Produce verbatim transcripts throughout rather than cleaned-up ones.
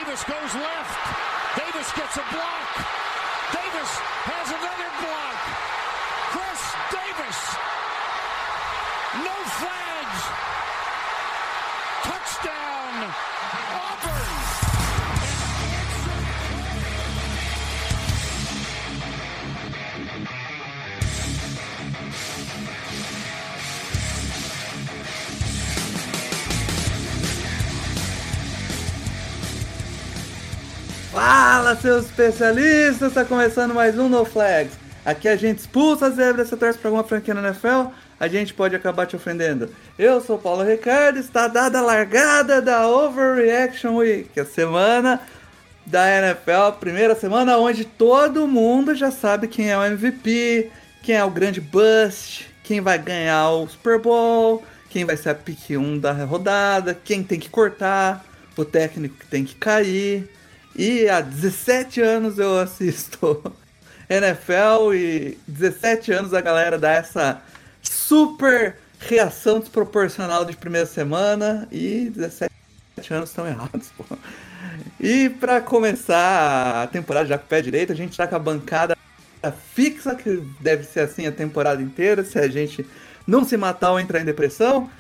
Davis goes left. Davis gets a block. Davis has another block. Chris Davis. No flags. Touchdown. Auburn. Fala, seus especialistas! Tá começando mais um No Flags. Aqui a gente expulsa a zebra. Se você torce pra alguma franquia na N F L, a gente pode acabar te ofendendo. Eu sou o Paulo Ricardo, está dada a largada da Overreaction Week, a semana da N F L, a primeira semana onde todo mundo já sabe quem é o M V P, quem é o grande bust, quem vai ganhar o Super Bowl, quem vai ser a pick um da rodada, quem tem que cortar, o técnico que tem que cair. E há dezessete anos eu assisto N F L e dezessete anos a galera dá essa super reação desproporcional de primeira semana e dezessete anos estão errados, pô. E pra começar a temporada já com o pé direito, a gente tá com a bancada fixa, que deve ser assim a temporada inteira, se a gente não se matar ou entrar em depressão.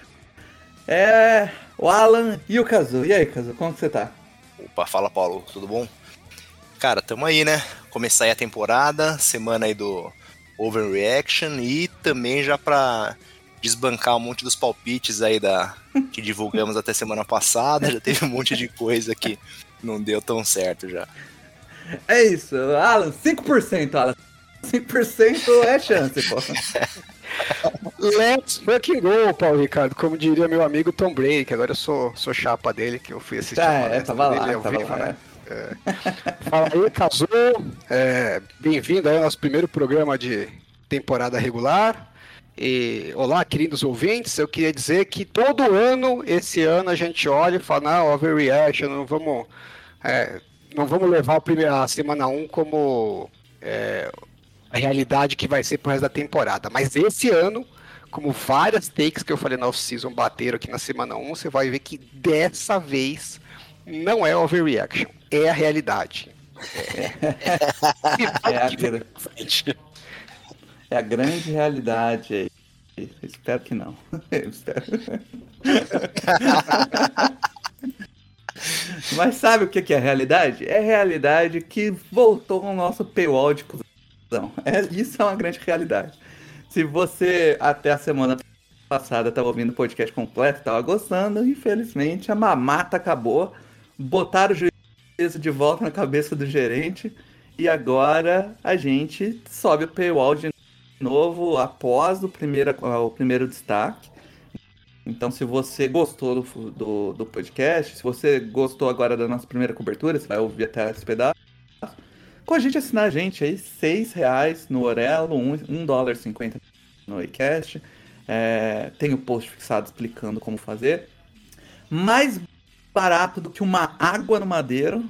É o Alan e o Kazu. E aí, Kazu, como que você tá? Opa, fala Paulo, tudo bom? Cara, tamo aí, né? Começar aí a temporada, semana aí do Overreaction e também já pra desbancar um monte dos palpites aí da, que divulgamos até semana passada, já teve um monte de coisa que não deu tão certo já. É isso, Alan, cinco por cento, Alan. cinco por cento é chance, pô. Let's fucking go, Paulo Ricardo, como diria meu amigo Tom Brady, que agora eu sou, sou chapa dele, que eu fui assistir. Ah, é, tava lá, dele, tava vivo, lá, né? É. Fala aí, Kazu, é, bem-vindo aí ao nosso primeiro programa de temporada regular. E, olá, queridos ouvintes, eu queria dizer que todo ano, esse ano, a gente olha e fala, não, overreaction, não vamos, é, não vamos levar o primeiro, a semana um como... É, a realidade que vai ser pro resto da temporada. Mas esse ano, como várias takes que eu falei na off-season bateram aqui na semana um, você vai ver que dessa vez não é overreaction, é a realidade. É, é, a, gra... é a grande realidade aí. Espero que não. Eu espero. Mas sabe o que é a realidade? É a realidade que voltou ao nosso paywall de cuzão. É, isso é uma grande realidade. Se você até a semana passada estava ouvindo o podcast completo, estava gostando, infelizmente a mamata acabou, botaram o juízo de volta na cabeça do gerente e agora a gente sobe o paywall de novo após o primeiro, o primeiro destaque. Então, se você gostou do, do, do podcast, se você gostou agora da nossa primeira cobertura, você vai ouvir até esse pedaço. Com a gente assinar a gente aí, seis reais no Orelo, um dólar e cinquenta no iCast. É, tem o post fixado explicando como fazer. Mais barato do que uma água no Madeiro.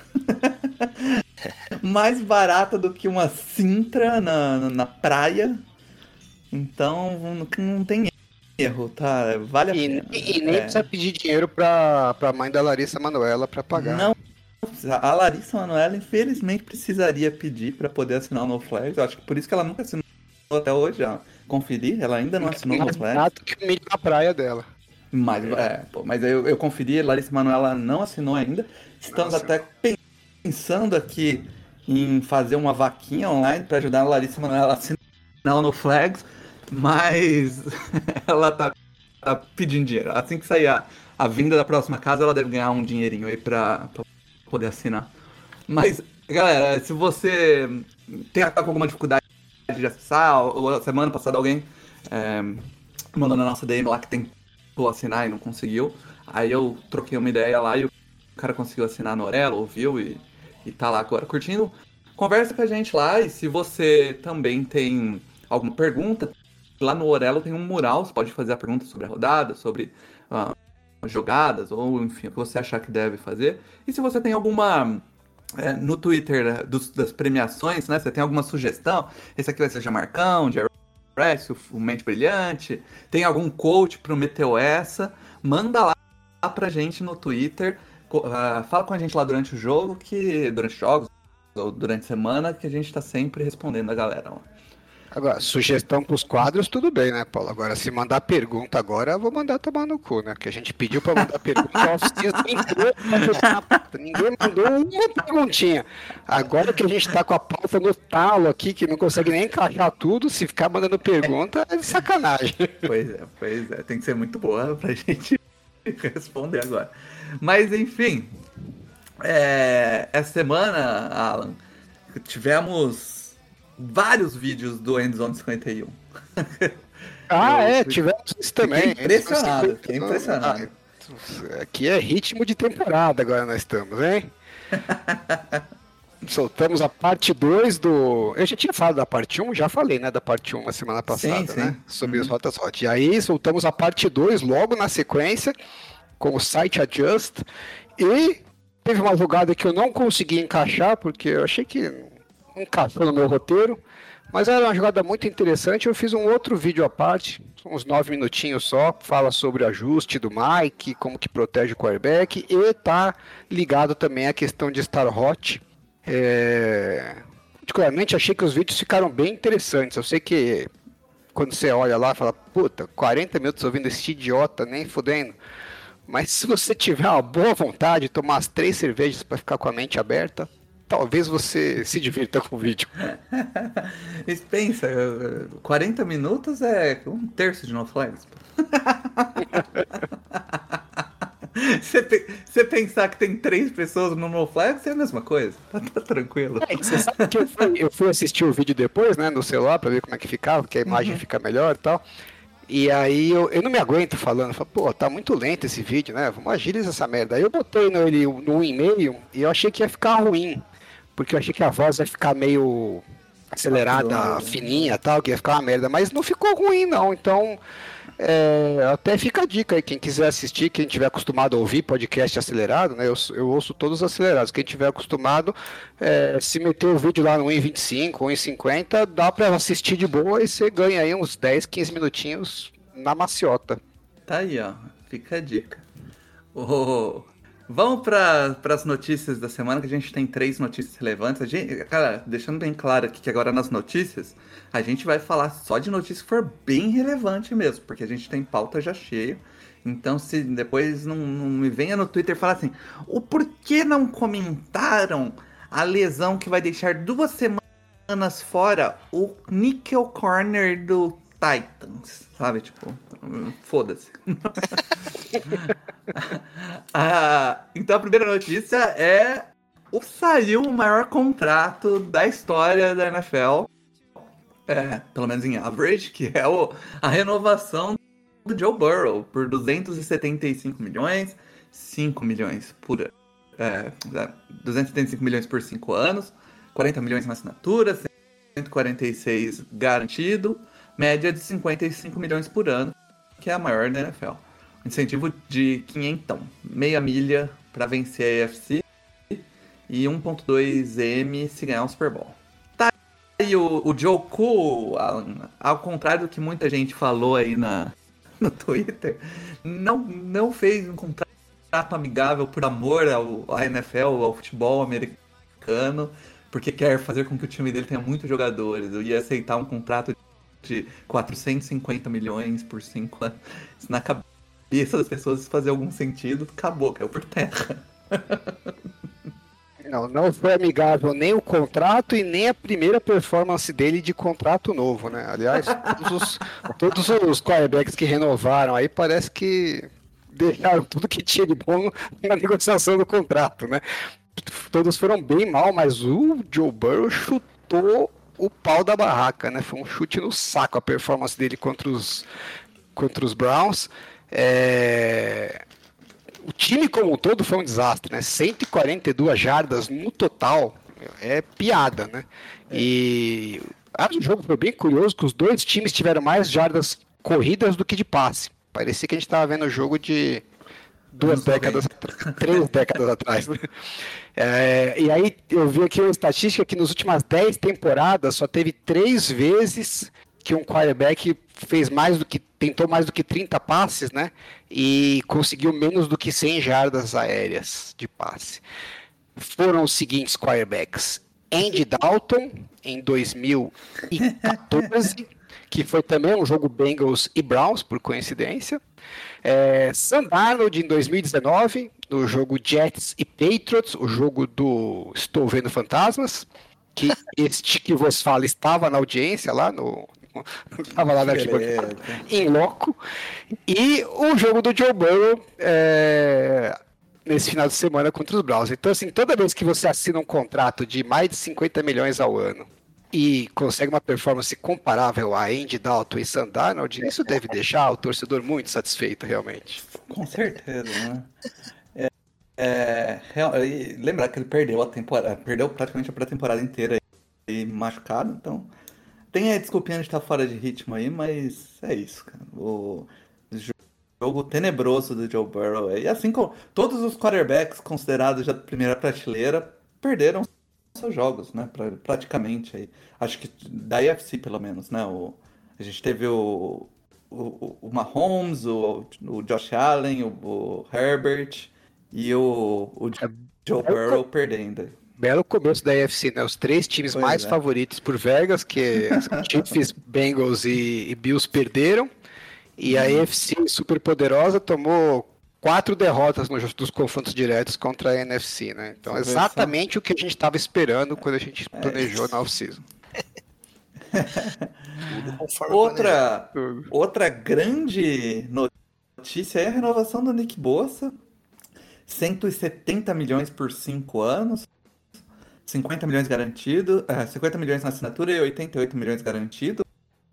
Mais barato do que uma Sintra na, na praia. Então, não, não tem erro, tá? Vale a e, pena. E, e nem é. precisa pedir dinheiro pra, pra mãe da Larissa Manoela pra pagar. Não. A Larissa Manoela, infelizmente, precisaria pedir para poder assinar o No Flags. Eu acho que por isso que ela nunca assinou até hoje. Já conferi, ela ainda não assinou o No Flags. Exato, que o milho na praia dela. Mas, é, pô, mas eu, eu conferi, a Larissa Manoela não assinou ainda. Estamos Nossa. até pensando aqui em fazer uma vaquinha online para ajudar a Larissa Manoela a assinar o No Flags, mas ela tá, tá pedindo dinheiro. Assim que sair a, a vinda da próxima casa, ela deve ganhar um dinheirinho aí pra... pra poder assinar. Mas, galera, se você tem com alguma dificuldade de acessar, ou semana passada alguém é, mandou na nossa D M lá que tentou assinar e não conseguiu, aí eu troquei uma ideia lá e o cara conseguiu assinar no Orelo, ouviu e, e tá lá agora curtindo. Conversa com a gente lá e se você também tem alguma pergunta, lá no Orelo tem um mural, você pode fazer a pergunta sobre a rodada, sobre... Uh, jogadas, ou enfim, o que você achar que deve fazer. E se você tem alguma... É, no Twitter né, dos, das premiações, né? Você tem alguma sugestão? Esse aqui vai ser o Jamarcão, Jerry Rice, o, o Mente Brilhante. Tem algum coach pro Meteu Essa? Manda lá pra gente no Twitter uh, fala com a gente lá durante o jogo, que durante jogos ou durante a semana, que a gente tá sempre respondendo a galera. Ó. Agora, sugestão pros quadros, tudo bem, né, Paulo? Agora, se mandar pergunta agora, eu vou mandar tomar no cu, né? Porque a gente pediu pra mandar pergunta ninguém mandou uma perguntinha. Agora que a gente tá com a pauta no talo aqui, que não consegue nem encaixar tudo, se ficar mandando pergunta, é de sacanagem. Pois é, pois é. Tem que ser muito boa pra gente responder agora. Mas, enfim, é, essa semana, Alan, tivemos vários vídeos do Endzone cinquenta e um. Ah, Eu é, fui... tivemos isso também. Fiquei impressionado, fiquei impressionado. Aqui é ritmo de temporada agora nós estamos, hein? Soltamos a parte dois do... Eu já tinha falado da parte um, já falei, né, da parte um na semana passada, sim, sim. né? Sobre uhum. os rotas hot. E aí soltamos a parte dois logo na sequência, com o Site Adjust. E teve uma jogada que eu não consegui encaixar, porque eu achei que encaixou no meu roteiro, mas era uma jogada muito interessante. Eu fiz um outro vídeo à parte, uns nove minutinhos só, fala sobre o ajuste do Mike, como que protege o quarterback, e tá ligado também à questão de estar hot. É... Particularmente achei que os vídeos ficaram bem interessantes. Eu sei que quando você olha lá, fala, puta, quarenta minutos ouvindo esse idiota, nem fudendo. Mas se você tiver uma boa vontade, tomar as três cervejas para ficar com a mente aberta, talvez você se divirta com o vídeo. Mas pensa, quarenta minutos é um terço de No Flags. Você pensar que tem três pessoas no No Flags é a mesma coisa. Tá, tá tranquilo. É, você sabe que eu fui, eu fui assistir o vídeo depois, né, no celular, pra ver como é que ficava, porque a imagem uhum. fica melhor e tal. E aí eu, eu não me aguento falando, eu falo, pô, tá muito lento esse vídeo, né? Vamos agilizar essa merda. Aí eu botei no, ele, no um e meio e eu achei que ia ficar ruim. Porque eu achei que a voz ia ficar meio acelerada, fininha e tal, que ia ficar uma merda. Mas não ficou ruim, não. Então, é, até fica a dica aí. Quem quiser assistir, quem tiver acostumado a ouvir podcast acelerado, né? Eu, eu ouço todos acelerados. Quem tiver acostumado, é, se meter o vídeo lá no um e vinte e cinco, um e cinquenta, dá pra assistir de boa e você ganha aí uns dez, quinze minutinhos na maciota. Tá aí, ó. Fica a dica. Oh... Vamos para as notícias da semana, que a gente tem três notícias relevantes. A gente, cara, deixando bem claro aqui que agora nas notícias, a gente vai falar só de notícia que for bem relevante mesmo, porque a gente tem pauta já cheia. Então, se depois não, não me venha no Twitter e falar assim, o porquê não comentaram a lesão que vai deixar duas semanas fora o Nickel Corner do Titans, sabe? Tipo, foda-se. ah, então a primeira notícia é o saiu o maior contrato da história da N F L, é, pelo menos em average, que é o, a renovação do Joe Burrow por duzentos e setenta e cinco milhões, cinco milhões por é, duzentos e setenta e cinco milhões por cinco anos, quarenta milhões na assinatura, cento e quarenta e seis garantido, média de cinquenta e cinco milhões por ano, que é a maior da N F L. Incentivo de quinhentão, meia milha para vencer a A F C e um vírgula dois M se ganhar um Super Bowl. Tá aí o, o Joe Cool, Alan, ao contrário do que muita gente falou aí na, no Twitter, não, não fez um contrato amigável por amor ao, à N F L, ao futebol americano, porque quer fazer com que o time dele tenha muitos jogadores. Eu ia aceitar um contrato de quatrocentos e cinquenta milhões por cinco anos. Isso na cabeça das pessoas fazer algum sentido, acabou, caiu por terra. Não, não foi amigável nem o contrato e nem a primeira performance dele de contrato novo, né? Aliás, todos os, todos os quarterbacks que renovaram aí parece que deixaram tudo que tinha de bom na negociação do contrato, né? Todos foram bem mal, mas o Joe Burrow chutou o pau da barraca, né? Foi um chute no saco a performance dele contra os, contra os Browns. É... O time como um todo foi um desastre, né? cento e quarenta e duas jardas no total, é piada, né? E o jogo foi bem curioso, que os dois times tiveram mais jardas corridas do que de passe. Parecia que a gente estava vendo o jogo de duas décadas, três décadas atrás, né? É, e aí eu vi aqui uma estatística que nas últimas dez temporadas só teve três vezes que um quarterback fez mais do que, tentou mais do que trinta passes, né? E conseguiu menos do que cem jardas aéreas de passe. Foram os seguintes quarterbacks: Andy Dalton, em dois mil e quatorze, que foi também um jogo Bengals e Browns, por coincidência. É, Sam Darnold, em dois mil e dezenove, no jogo Jets e Patriots, o jogo do Estou Vendo Fantasmas, que este que vos fala estava na audiência lá no... estava lá na arquibancada, em loco. E o jogo do Joe Burrow é, nesse final de semana contra os Browns. Então, assim, toda vez que você assina um contrato de mais de cinquenta milhões ao ano e consegue uma performance comparável a Andy Dalton e Sam Darnold, isso deve deixar o torcedor muito satisfeito, realmente. Com certeza, né? É, é, real- e lembrar que ele perdeu a temporada, perdeu praticamente a pré-temporada inteira aí, machucado, então tem a desculpinha de estar fora de ritmo aí, mas é isso, cara. O jogo tenebroso do Joe Burrow aí, assim como todos os quarterbacks considerados já da primeira prateleira perderam seus jogos, né? Pra- praticamente aí. Acho que da A F C pelo menos, né? O, a gente teve o, o, o Mahomes, o, o Josh Allen, o, o Herbert e o, o Joe Burrow perdendo. Belo começo da A F C, né? Os três times Pois mais é. favoritos por Vegas, que Chiefs, Bengals e, e Bills perderam. E a A F C super poderosa tomou quatro derrotas nos dos confrontos diretos contra a N F C, né? Então, Você vê exatamente o que a gente estava esperando quando a gente É planejou isso. na off-season. Tudo conforme planejado. Outra, Tudo. outra grande notícia é a renovação do Nick Bosa. cento e setenta milhões por cinco anos. cinquenta milhões garantidos. É, cinquenta milhões na assinatura e oitenta e oito milhões garantidos.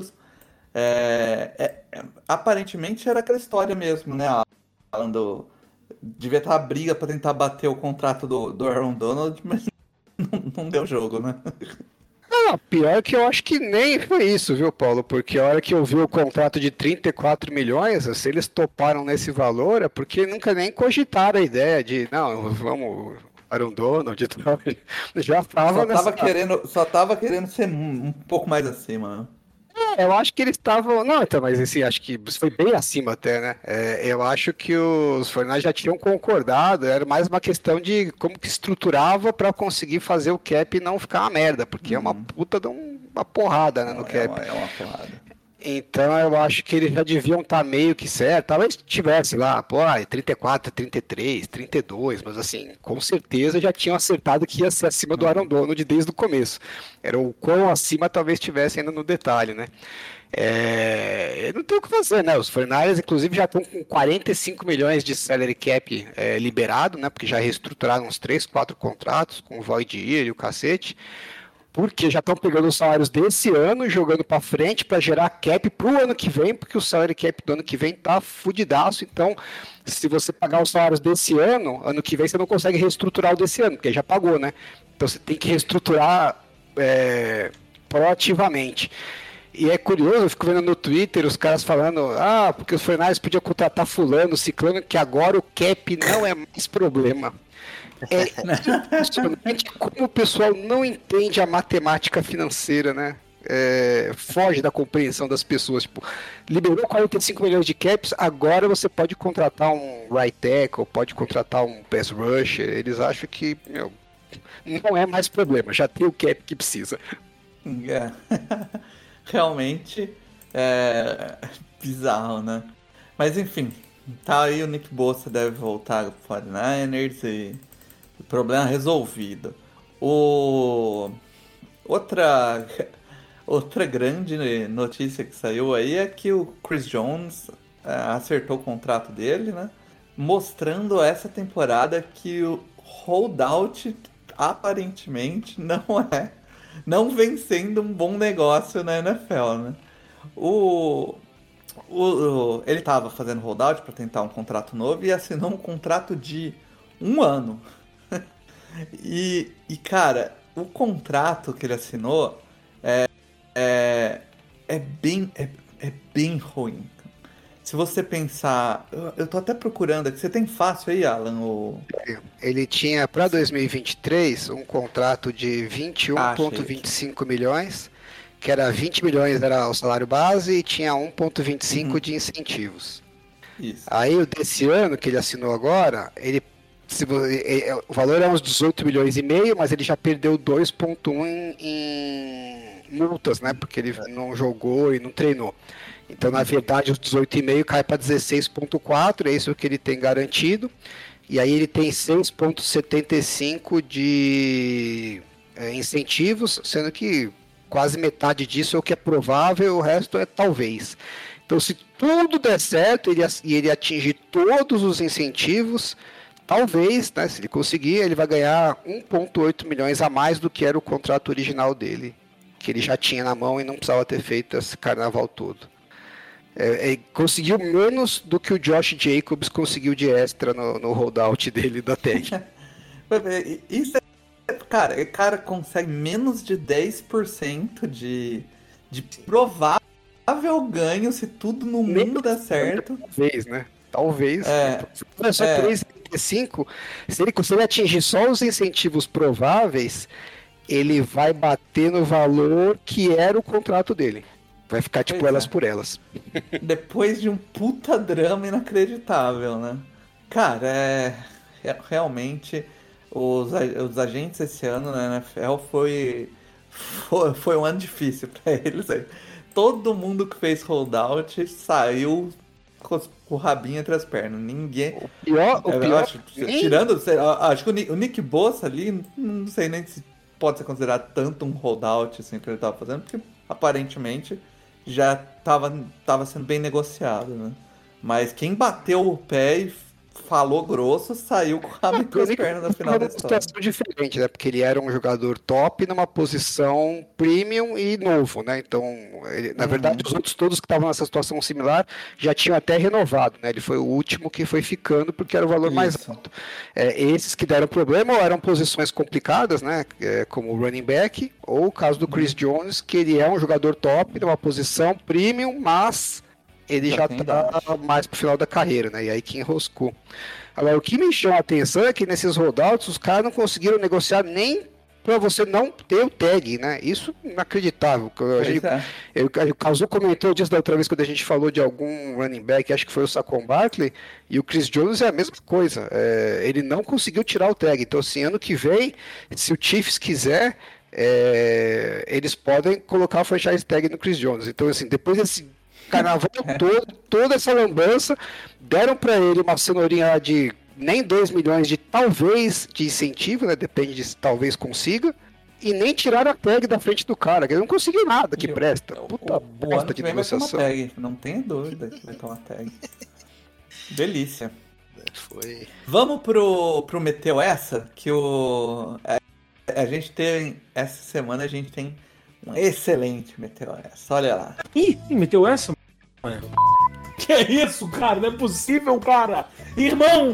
É, é, é, aparentemente era aquela história mesmo, né? Falando, devia estar a briga para tentar bater o contrato do, do Aaron Donald, mas não, não deu jogo, né? Não, pior que eu acho que nem foi isso, viu, Paulo? Porque a hora que eu vi o contrato de trinta e quatro milhões, se eles toparam nesse valor, é porque nunca nem cogitaram a ideia de, não, vamos, Aaron Donald e tal. Já tava Só nessa... tava querendo, só tava querendo ser um, um pouco mais acima, né? É, eu acho que eles estavam. Não, então, mas assim, acho que foi bem acima até, né? É, eu acho que os Fornais já tinham concordado, era mais uma questão de como que estruturava para conseguir fazer o cap não ficar uma merda, porque é uma puta de um- uma porrada, né, no É cap. uma, é uma porrada. Então eu acho que eles já deviam estar meio que certo. Talvez tivesse lá, pô, ah, trinta e quatro, trinta e três, trinta e dois, mas assim, com certeza já tinham acertado que ia ser acima do Aaron Donald desde o começo. Era o quão acima talvez tivesse ainda no detalhe, né? É, não tem o que fazer, né? Os Fornais, inclusive, já estão com quarenta e cinco milhões de salary cap é, liberado, né? Porque já reestruturaram uns três, quatro contratos com o void year e o cacete. Porque já estão pegando os salários desse ano e jogando para frente para gerar cap para o ano que vem, porque o salary cap do ano que vem tá fudidaço. Então, se você pagar os salários desse ano, ano que vem você não consegue reestruturar o desse ano, porque já pagou, né? Então você tem que reestruturar é, proativamente. E é curioso, eu fico vendo no Twitter os caras falando, ah, porque os Fornais podiam contratar fulano, ciclano, que agora o cap não é mais problema. É impressionante como o pessoal não entende a matemática financeira, né? É, foge da compreensão das pessoas. Tipo, liberou quarenta e cinco milhões de caps, agora você pode contratar um right tackle, pode contratar um pass rusher. Eles acham que, meu, não é mais problema, já tem o cap que precisa. É. Realmente é bizarro, né? Mas enfim, tá aí, o Nick Bosa deve voltar pro forty-niners e o problema resolvido. O... Outra... Outra grande notícia que saiu aí é que o Chris Jones é, acertou o contrato dele, né? Mostrando essa temporada que o holdout aparentemente não é, não vem sendo um bom negócio na N F L, né? O, o, o- ele estava fazendo holdout para tentar um contrato novo e assinou um contrato de um ano. E, e cara, o contrato que ele assinou é, é bem é, é bem ruim. Se você pensar, eu, eu tô até procurando aqui, você tem fácil aí, Alan, o... Ele tinha para dois mil e vinte e três um contrato de vinte e um vírgula vinte e cinco milhões que era vinte milhões era o salário base e tinha um vírgula vinte e cinco uhum. de incentivos. Isso. Aí o desse ano, que ele assinou agora, ele, se, ele, o valor é uns dezoito milhões e meio, mas ele já perdeu dois vírgula um em, em multas, né? Porque ele não jogou e não treinou. Então, na verdade, os dezoito vírgula cinco cai para dezesseis vírgula quatro, é isso que ele tem garantido. E aí ele tem seis vírgula setenta e cinco de é, incentivos, sendo que quase metade disso é o que é provável, o resto é talvez. Então, se tudo der certo ele, e ele atingir todos os incentivos, talvez, né, se ele conseguir, ele vai ganhar um vírgula oito milhões a mais do que era o contrato original dele, que ele já tinha na mão e não precisava ter feito esse carnaval todo. É, é, conseguiu menos do que o Josh Jacobs conseguiu de extra no, no holdout dele da tag. Isso é, cara, o cara consegue menos de dez por cento de, de provável ganho se tudo no mundo der certo. Talvez, né? Talvez. É, se for só é. três vírgula trinta e cinco, se ele conseguir atingir só os incentivos prováveis, ele vai bater no valor que era o contrato dele. Vai ficar tipo pois elas é. por elas. Depois de um puta drama inacreditável, né? Cara, é, é realmente os, os agentes esse ano na N F L foi, foi, foi um ano difícil pra eles aí. Todo mundo que fez holdout saiu com o rabinho entre as pernas. Ninguém. O pior, o é, pior acho, tirando, acho que o Nick, o Nick Bosa ali, não sei nem se pode ser considerado tanto um holdout assim que ele tava fazendo, porque aparentemente já tava, tava sendo bem negociado, né? Mas quem bateu o pé e falou grosso saiu com o rabo entre as pernas no final da história. Uma situação diferente, né? Porque ele era um jogador top numa posição premium e novo, né? Então, ele, na uhum. verdade, os outros todos que estavam nessa situação similar já tinham até renovado, né? Ele foi o último que foi ficando porque era o valor Isso. mais alto. É, esses que deram problema ou eram posições complicadas, né? É, como o running back, ou o caso do Chris uhum. Jones, que ele é um jogador top numa posição premium, mas ele já está mais pro final da carreira, né? E aí que enroscou. Agora, o que me chama a atenção é que nesses holdouts os caras não conseguiram negociar nem para você não ter o tag, né? Isso é inacreditável. A gente, é. eu, o Kazu comentou disso da outra vez quando a gente falou de algum running back, acho que foi o Saquon Barkley, e o Chris Jones é a mesma coisa. É, ele não conseguiu tirar o tag. Então, assim, ano que vem, se o Chiefs quiser, é, eles podem colocar o franchise tag no Chris Jones. Então, assim, depois desse carnaval todo, toda essa lambança, deram para ele uma cenourinha de nem dois milhões de talvez de incentivo, né? Depende de se talvez consiga, e nem tiraram a tag da frente do cara, que ele não conseguiu nada que presta. Puta bosta de negociação. Tag, não tenha dúvida que vai tomar tag. Delícia. Foi. Vamos pro, pro Meteu Essa, que o a, a gente tem, essa semana a gente tem um excelente Meteu Essa, olha lá. Ih, meteu essa? Que é isso, cara? Não é possível, cara! Irmão!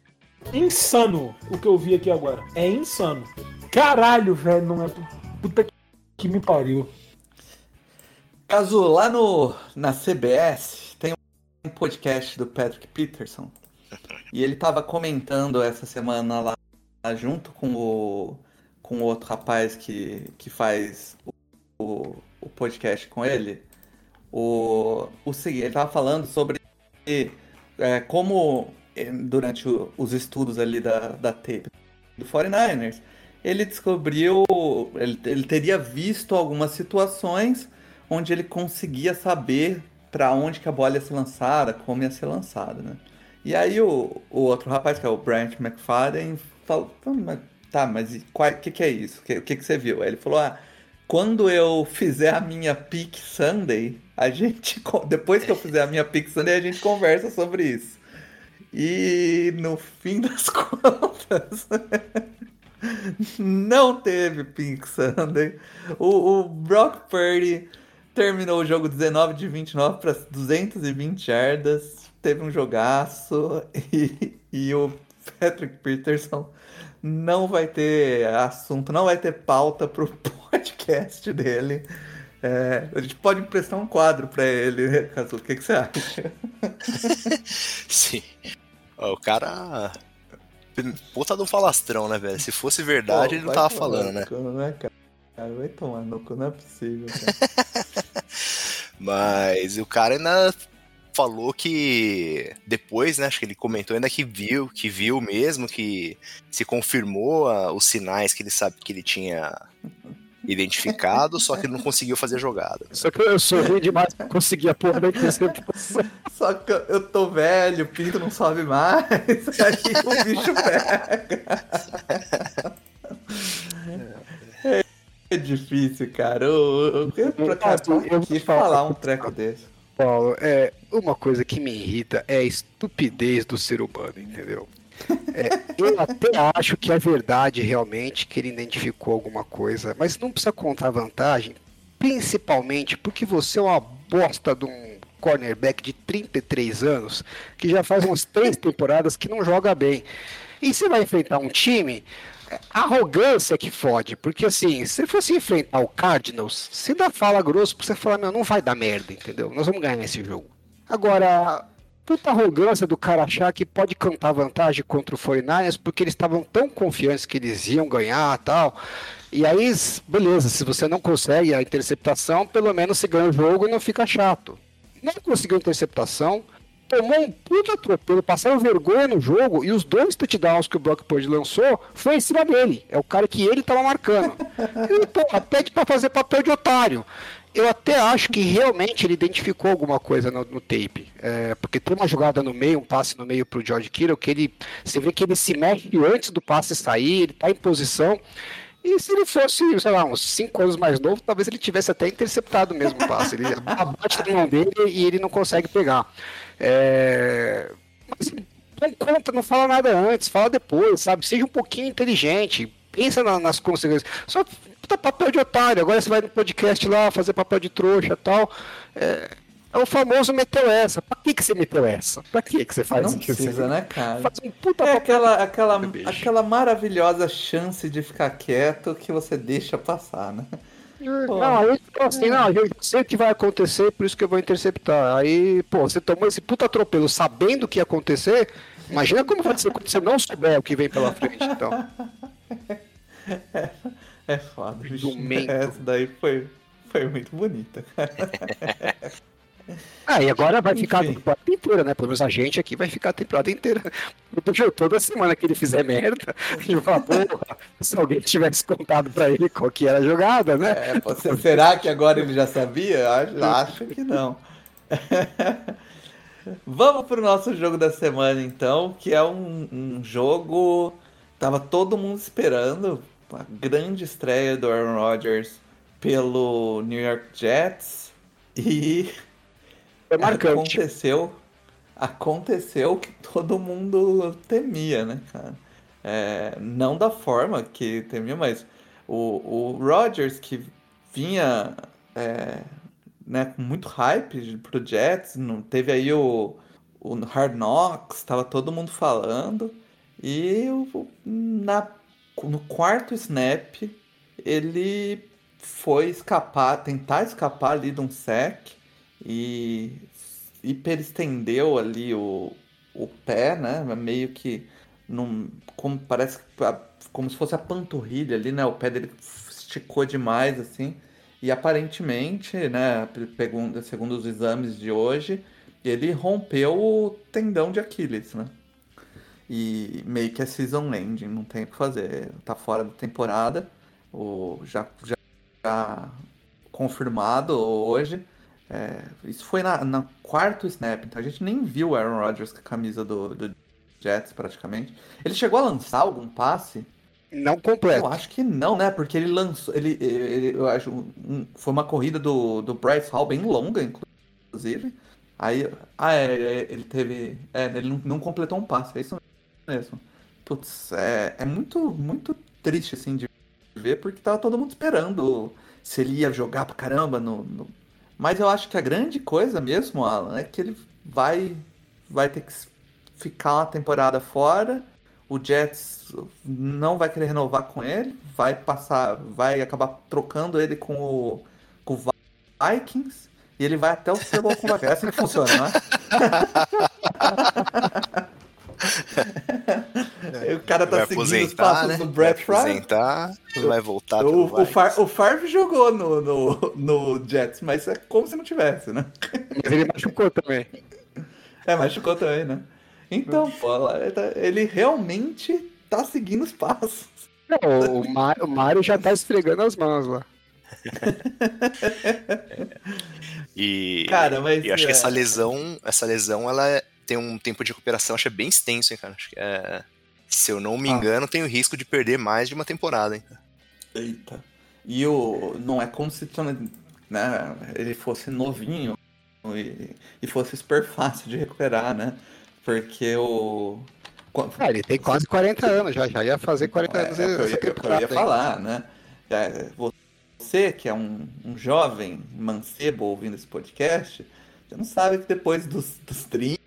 Insano o que eu vi aqui agora. É insano. Caralho, velho, não é... Puta que me pariu. Caso, lá no, na C B S tem um podcast do Patrick Peterson e ele tava comentando essa semana lá junto com o com o outro rapaz que, que faz o, o, o podcast com ele. O, o seguinte, ele estava falando sobre é, como durante o, os estudos ali da, da tape do forty-niners, ele descobriu, ele, ele teria visto algumas situações onde ele conseguia saber para onde que a bola ia ser lançada, como ia ser lançada, né? E aí o, o outro rapaz, que é o Brent McFadden, falou, tá, mas o que, que é isso? O que, que, que você viu? Aí ele falou, ah, quando eu fizer a minha Pick Sunday, a gente, depois que eu fizer a minha Pick Sunday, a gente conversa sobre isso. E no fim das contas, não teve Pick Sunday. O, o Brock Purdy terminou o jogo dezenove de vinte e nove para duzentas e vinte yardas, teve um jogaço, e, e o Patrick Peterson não vai ter assunto, não vai ter pauta pro podcast dele. É, a gente pode emprestar um quadro pra ele, Cazu. O que, que você acha? Sim. O cara... Puta do falastrão, né, velho? Se fosse verdade, Pô, ele não tava falando, né? né cara? Cara, vai tomar no cu, não é possível, cara. Mas o cara ainda falou que depois, né, acho que ele comentou ainda que viu, que viu mesmo, que se confirmou a, os sinais que ele sabe que ele tinha identificado, só que ele não conseguiu fazer a jogada. Só que eu sorri demais pra conseguir a porra da interceptação. Só que eu tô velho, o pinto não sobe mais, aí o bicho pega. É difícil, cara. Eu, eu, eu, pra, cara, eu quis falar um treco desse. Paulo, é, uma coisa que me irrita é a estupidez do ser humano, entendeu? É, eu até acho que é verdade realmente que ele identificou alguma coisa, mas não precisa contar vantagem, principalmente porque você é uma bosta de um cornerback de trinta e três anos que já faz umas três temporadas que não joga bem. E você vai enfrentar um time, a arrogância que fode, porque assim, se fosse enfrentar o Cardinals, você dá fala grosso pra você falar, meu, não vai dar merda, entendeu? Nós vamos ganhar esse jogo. Agora, puta arrogância do cara achar que pode cantar vantagem contra o quarenta e nine ers porque eles estavam tão confiantes que eles iam ganhar e tal. E aí, beleza, se você não consegue a interceptação, pelo menos você ganha o jogo e não fica chato. Não conseguiu interceptação, tomou um puta atropelo, passaram vergonha no jogo, e os dois touchdowns que o Brock Purdy lançou foi em cima dele. É o cara que ele tava marcando. E, porra, pede pra fazer papel de otário. Eu até acho que realmente ele identificou alguma coisa no, no tape. É, porque tem uma jogada no meio, um passe no meio pro George Kittle, que ele, você vê que ele se mexe antes do passe sair, ele tá em posição. E se ele fosse, sei lá, uns cinco anos mais novo, talvez ele tivesse até interceptado mesmo o passe. Ele abate na mão dele e ele não consegue pegar. É... Mas não conta, não fala nada antes, fala depois, sabe? Seja um pouquinho inteligente, pensa na, nas consequências. Só puta papel de otário, agora você vai no podcast lá fazer papel de trouxa e tal. É... É o famoso meteu essa. Pra que, que você meteu essa? Pra que, que você faz não isso? Não precisa, né, cara? Faz um puta é aquela, aquela, aquela maravilhosa chance de ficar quieto que você deixa passar, né? Pô. Não, aí assim, não, eu sei o que vai acontecer, por isso que eu vou interceptar. Aí, pô, você tomou esse puta atropelo sabendo o que ia acontecer, imagina como vai ser quando você não souber o que vem pela frente, então. É, é foda, bicho. Essa daí foi... Foi muito bonita, cara. Ah, e agora vai ficar a temporada inteira, né? Pelo menos a gente aqui vai ficar a temporada inteira. Toda semana que ele fizer merda, a gente vai falar, porra, se alguém tivesse contado pra ele qual que era a jogada, né? É, você, será que agora ele já sabia? Acho, acho que não. Vamos pro nosso jogo da semana, então, que é um, um jogo... Tava todo mundo esperando. A grande estreia do Aaron Rodgers pelo New York Jets e é marcante. aconteceu aconteceu o que todo mundo temia, né, cara? É, não da forma que temia, mas o, o Rodgers, que vinha é, né, com muito hype pro Jets, não, teve aí o, o Hard Knocks, tava todo mundo falando, e o, na, no quarto snap ele foi escapar, tentar escapar ali de um sec e hiperestendeu ali o, o pé, né? Meio que num, como parece como se fosse a panturrilha ali, né? O pé dele esticou demais assim e aparentemente, né? Segundo, segundo os exames de hoje, ele rompeu o tendão de Aquiles, né? E meio que é season ending, não tem o que fazer, tá fora da temporada, o já, já confirmado hoje. É, isso foi na, na quarto snap, então a gente nem viu o Aaron Rodgers com a camisa do, do Jets praticamente. Ele chegou a lançar algum passe? Não completo. Eu acho que não, né? Porque ele lançou. Ele, ele, eu acho. Um, foi uma corrida do, do Bryce Hall bem longa, inclusive. Aí. Ah, é, ele teve. É, ele não, não completou um passe, é isso mesmo. Putz, é, é muito, muito triste assim de ver, porque tava todo mundo esperando se ele ia jogar pra caramba no, no... Mas eu acho que a grande coisa mesmo, Alan, é que ele vai vai ter que ficar uma temporada fora, o Jets não vai querer renovar com ele, vai passar, vai acabar trocando ele com o, com o Vikings, e ele vai até o Super Bowl com o Vikings. É assim que funciona, né? O cara tá vai seguindo os aposentar, passos né? do Vai Brett Favre. aposentar, vai voltar pro O, o, Vikings. Far, o Favre jogou no, no, no Jets, mas é como se não tivesse, né? Mas ele machucou também. É, machucou também, né? Então, pô, lá, ele realmente tá seguindo os passos. Não, o, Mário, o Mário já tá esfregando as mãos lá. E, Cara, mas, e eu acho que é... essa lesão, essa lesão, ela é- tem um tempo de recuperação, acho que é bem extenso, hein, cara. Acho que é, se eu não me Ah. engano, tem o risco de perder mais de uma temporada, hein. Eita. E o, não é como se, né, ele fosse novinho e, e fosse super fácil de recuperar, né? Porque o... Ah, ele tem quase quarenta anos já, já ia fazer quarenta É, anos. é o que eu ia, essa é o que eu temporada, ia hein? falar, né? É, você que é um, um jovem mancebo ouvindo esse podcast, você não sabe que depois dos, dos trinta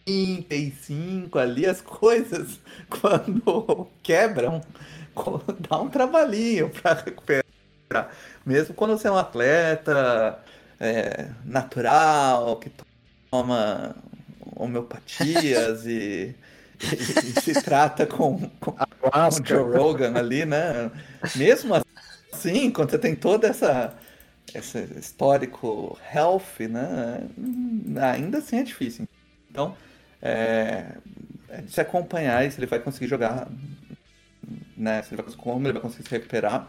e cinco ali, as coisas, quando quebram, dá um trabalhinho pra recuperar. Mesmo quando você é um atleta é, natural, que toma homeopatias e, e- e se trata com, com, com o Ayahuasca. Joe Rogan ali, né? Mesmo assim, quando você tem toda essa esse histórico health, né? Ainda assim é difícil. Então, é, é de se acompanhar e se ele vai conseguir jogar, né? Se ele vai, como ele vai conseguir se recuperar.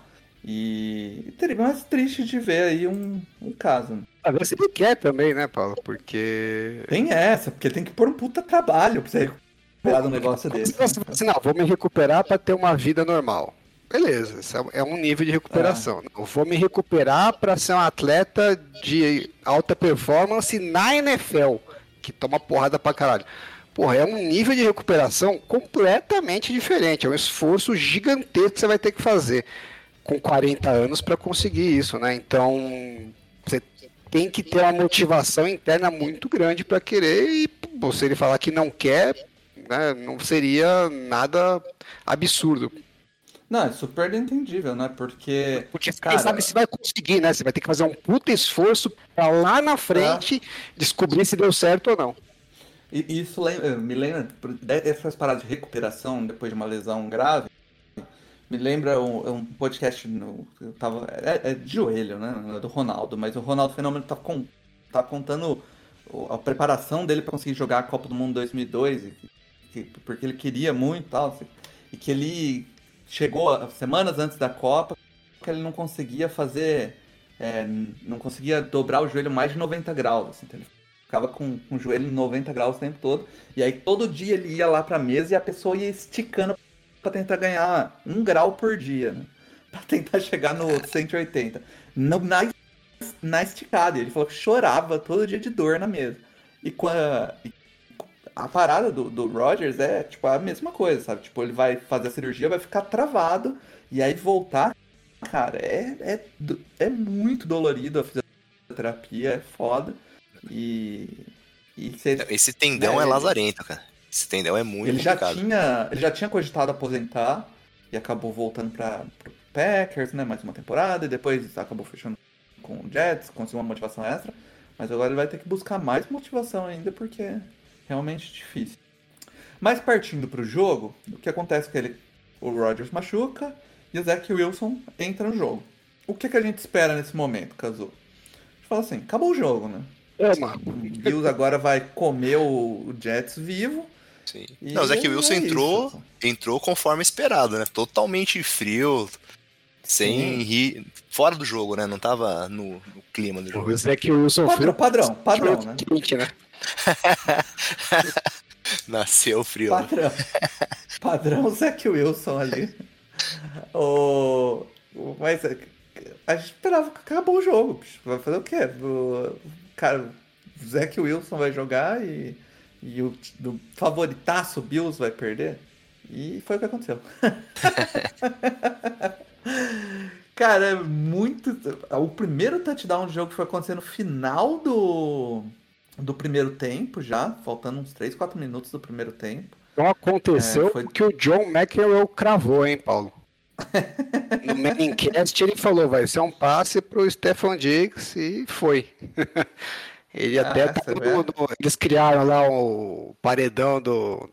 E teria mais triste de ver aí um, um caso. Né? A ver se ele quer também, né, Paulo? Porque. Tem essa, porque tem que pôr um puta trabalho pra você recuperar um negócio Como desse. se você fala assim, não, vou me recuperar para ter uma vida normal. Beleza, isso é um nível de recuperação. Não, vou me recuperar para ser um atleta de alta performance na N F L, que toma porrada pra caralho. Porra, é um nível de recuperação completamente diferente. É um esforço gigantesco que você vai ter que fazer com quarenta anos para conseguir isso, né? Então, você tem que ter uma motivação interna muito grande para querer e pô, se ele falar que não quer, né, não seria nada absurdo. Não, é super entendível, né? Porque, Porque cara, quem sabe se vai conseguir, né? Você vai ter que fazer um puta esforço para lá na frente descobrir se deu certo ou não. e isso lembra- me lembra, essas paradas de recuperação depois de uma lesão grave, me lembra um, um podcast, no, eu tava, é, é de joelho, né? Do Ronaldo, mas o Ronaldo Fenômeno tá, com, tá contando o- a preparação dele para conseguir jogar a Copa do Mundo dois mil e dois, e que- porque ele queria muito e tal, assim, e que ele chegou a- semanas antes da Copa, que ele não conseguia fazer, é, não conseguia dobrar o joelho mais de noventa graus, assim, então ele ficava com, com o joelho em noventa graus o tempo todo, e aí todo dia ele ia lá pra mesa e a pessoa ia esticando pra tentar ganhar um grau por dia, né? Pra tentar chegar no cento e oitenta. No, na, na esticada. E ele falou que chorava todo dia de dor na mesa. E com a, e a parada do, do Rodgers é tipo a mesma coisa, sabe? Tipo, ele vai fazer a cirurgia, vai ficar travado, e aí voltar, cara, é, é, do- é muito dolorido a fisioterapia, é foda. E. E você Esse tendão É, é ele- lazarento, cara. Esse tendão é muito ele já complicado. tinha, ele já tinha cogitado aposentar e acabou voltando para pro Packers, né, mais uma temporada e depois acabou fechando com o Jets, conseguiu uma motivação extra, mas agora ele vai ter que buscar mais motivação ainda porque é realmente difícil. Mas partindo pro jogo, o que acontece é que ele, o Rodgers machuca e o Zach Wilson entra no jogo. O que, que a gente espera nesse momento, Kazu? A gente fala assim, acabou o jogo, né? É, mano. O Bills agora vai comer o o Jets vivo. Sim. E Não, o Zach é Wilson isso. entrou, entrou conforme esperado, né? Totalmente frio, sem Sim. rir, fora do jogo, né? Não tava no, no clima do jogo. O Zach Wilson Padrão, frio. padrão, padrão, né? Quente, né? Nasceu frio. né? Padrão. Padrão Zach Wilson ali. O... o- Mas é, a gente esperava que acabou o jogo. Bicho. Vai fazer o quê? O, cara, o Zach Wilson vai jogar e, e o, o favoritaço Bills vai perder. E foi o que aconteceu. Cara, é muito. O primeiro touchdown do jogo foi acontecer no final do, do primeiro tempo, já, faltando uns três, quatro minutos do primeiro tempo. Então aconteceu É, foi- o que o John McEnroe cravou, hein, Paulo? No Manningcast ele falou, vai ser um passe pro Stefan Diggs e foi. Ele Ah, até você tá vê? no- no- eles criaram lá o paredão do, do,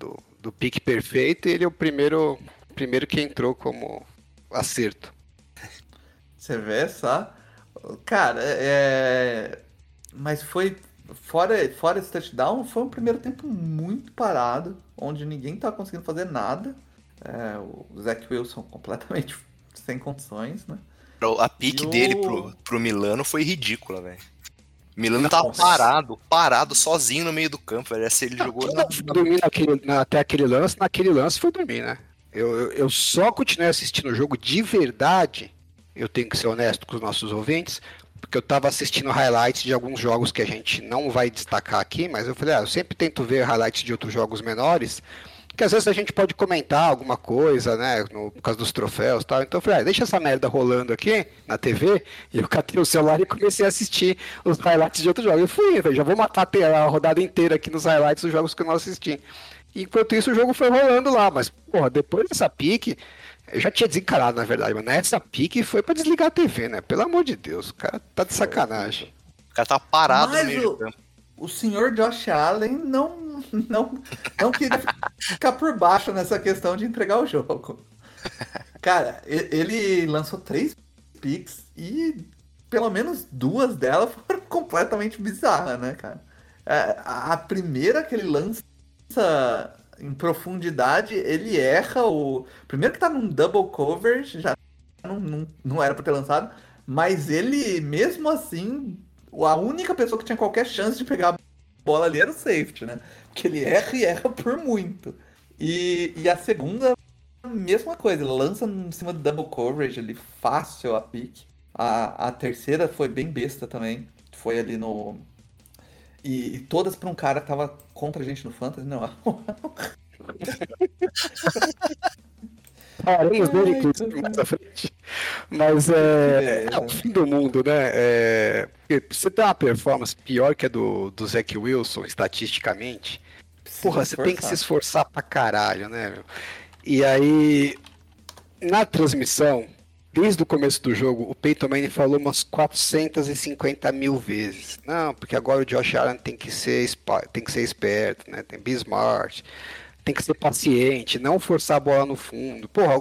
do pique perfeito e ele é o primeiro, primeiro que entrou como acerto. Você vê só? Cara, é... Mas foi... Fora, fora esse touchdown, foi um primeiro tempo muito parado, onde ninguém tava conseguindo fazer nada. É, o Zach Wilson completamente sem condições, né? A pique E o- dele pro, pro Milano foi ridícula, velho. Milano tava Nossa. parado, parado, sozinho no meio do campo, velho. Essa ele jogou Quem na... não foi dormir naquele, na- até aquele lance, naquele lance foi dormir, né? Eu, eu, eu só continuei assistindo o jogo de verdade, eu tenho que ser honesto com os nossos ouvintes, porque eu tava assistindo highlights de alguns jogos que a gente não vai destacar aqui, mas eu falei, ah, eu sempre tento ver highlights de outros jogos menores, que às vezes a gente pode comentar alguma coisa, né, no, por causa dos troféus e tal. Então eu falei, ah, deixa essa merda rolando aqui na T V, e eu catei o celular e comecei a assistir os highlights de outros jogos. Eu fui, velho, já vou matar a rodada inteira aqui nos highlights dos jogos que eu não assisti. E enquanto isso o jogo foi rolando lá, mas, porra, depois dessa pique, eu já tinha desencarado, na verdade, mas nessa pique foi pra desligar a T V, né? Pelo amor de Deus, o cara tá de sacanagem. O cara tava parado Mas no meio o- do campo. O senhor Josh Allen não, não, não queria ficar por baixo nessa questão de entregar o jogo. Cara, e- ele lançou três picks e pelo menos duas delas foram completamente bizarras, né, cara? É, A a primeira que ele lança em profundidade, ele erra o... Primeiro que tá num double coverage, já não, não, não era pra ter lançado, mas ele, mesmo assim, a única pessoa que tinha qualquer chance de pegar a bola ali era o safety, né? Porque ele erra e erra por muito. E, e a segunda, mesma coisa, ele lança em cima do double coverage ali, fácil a pique. A, a terceira foi bem besta também, foi ali no... E, e todas pra um cara que tava contra a gente no Fantasy, não. Faremos dele, Ai, inclusive, cara. mais à frente. Mas é, beleza. é o fim do mundo, né? É, porque você tem uma performance pior que a do, do Zach Wilson, estatisticamente. Porra, você tem que se esforçar pra caralho, né, meu? E aí, na transmissão, desde o começo do jogo, o Peyton Manning falou umas quatrocentas e cinquenta mil vezes. Não, porque agora o Josh Allen tem que ser, espa- tem que ser esperto, né? Tem que be smart, tem que ser paciente, não forçar a bola no fundo. Porra,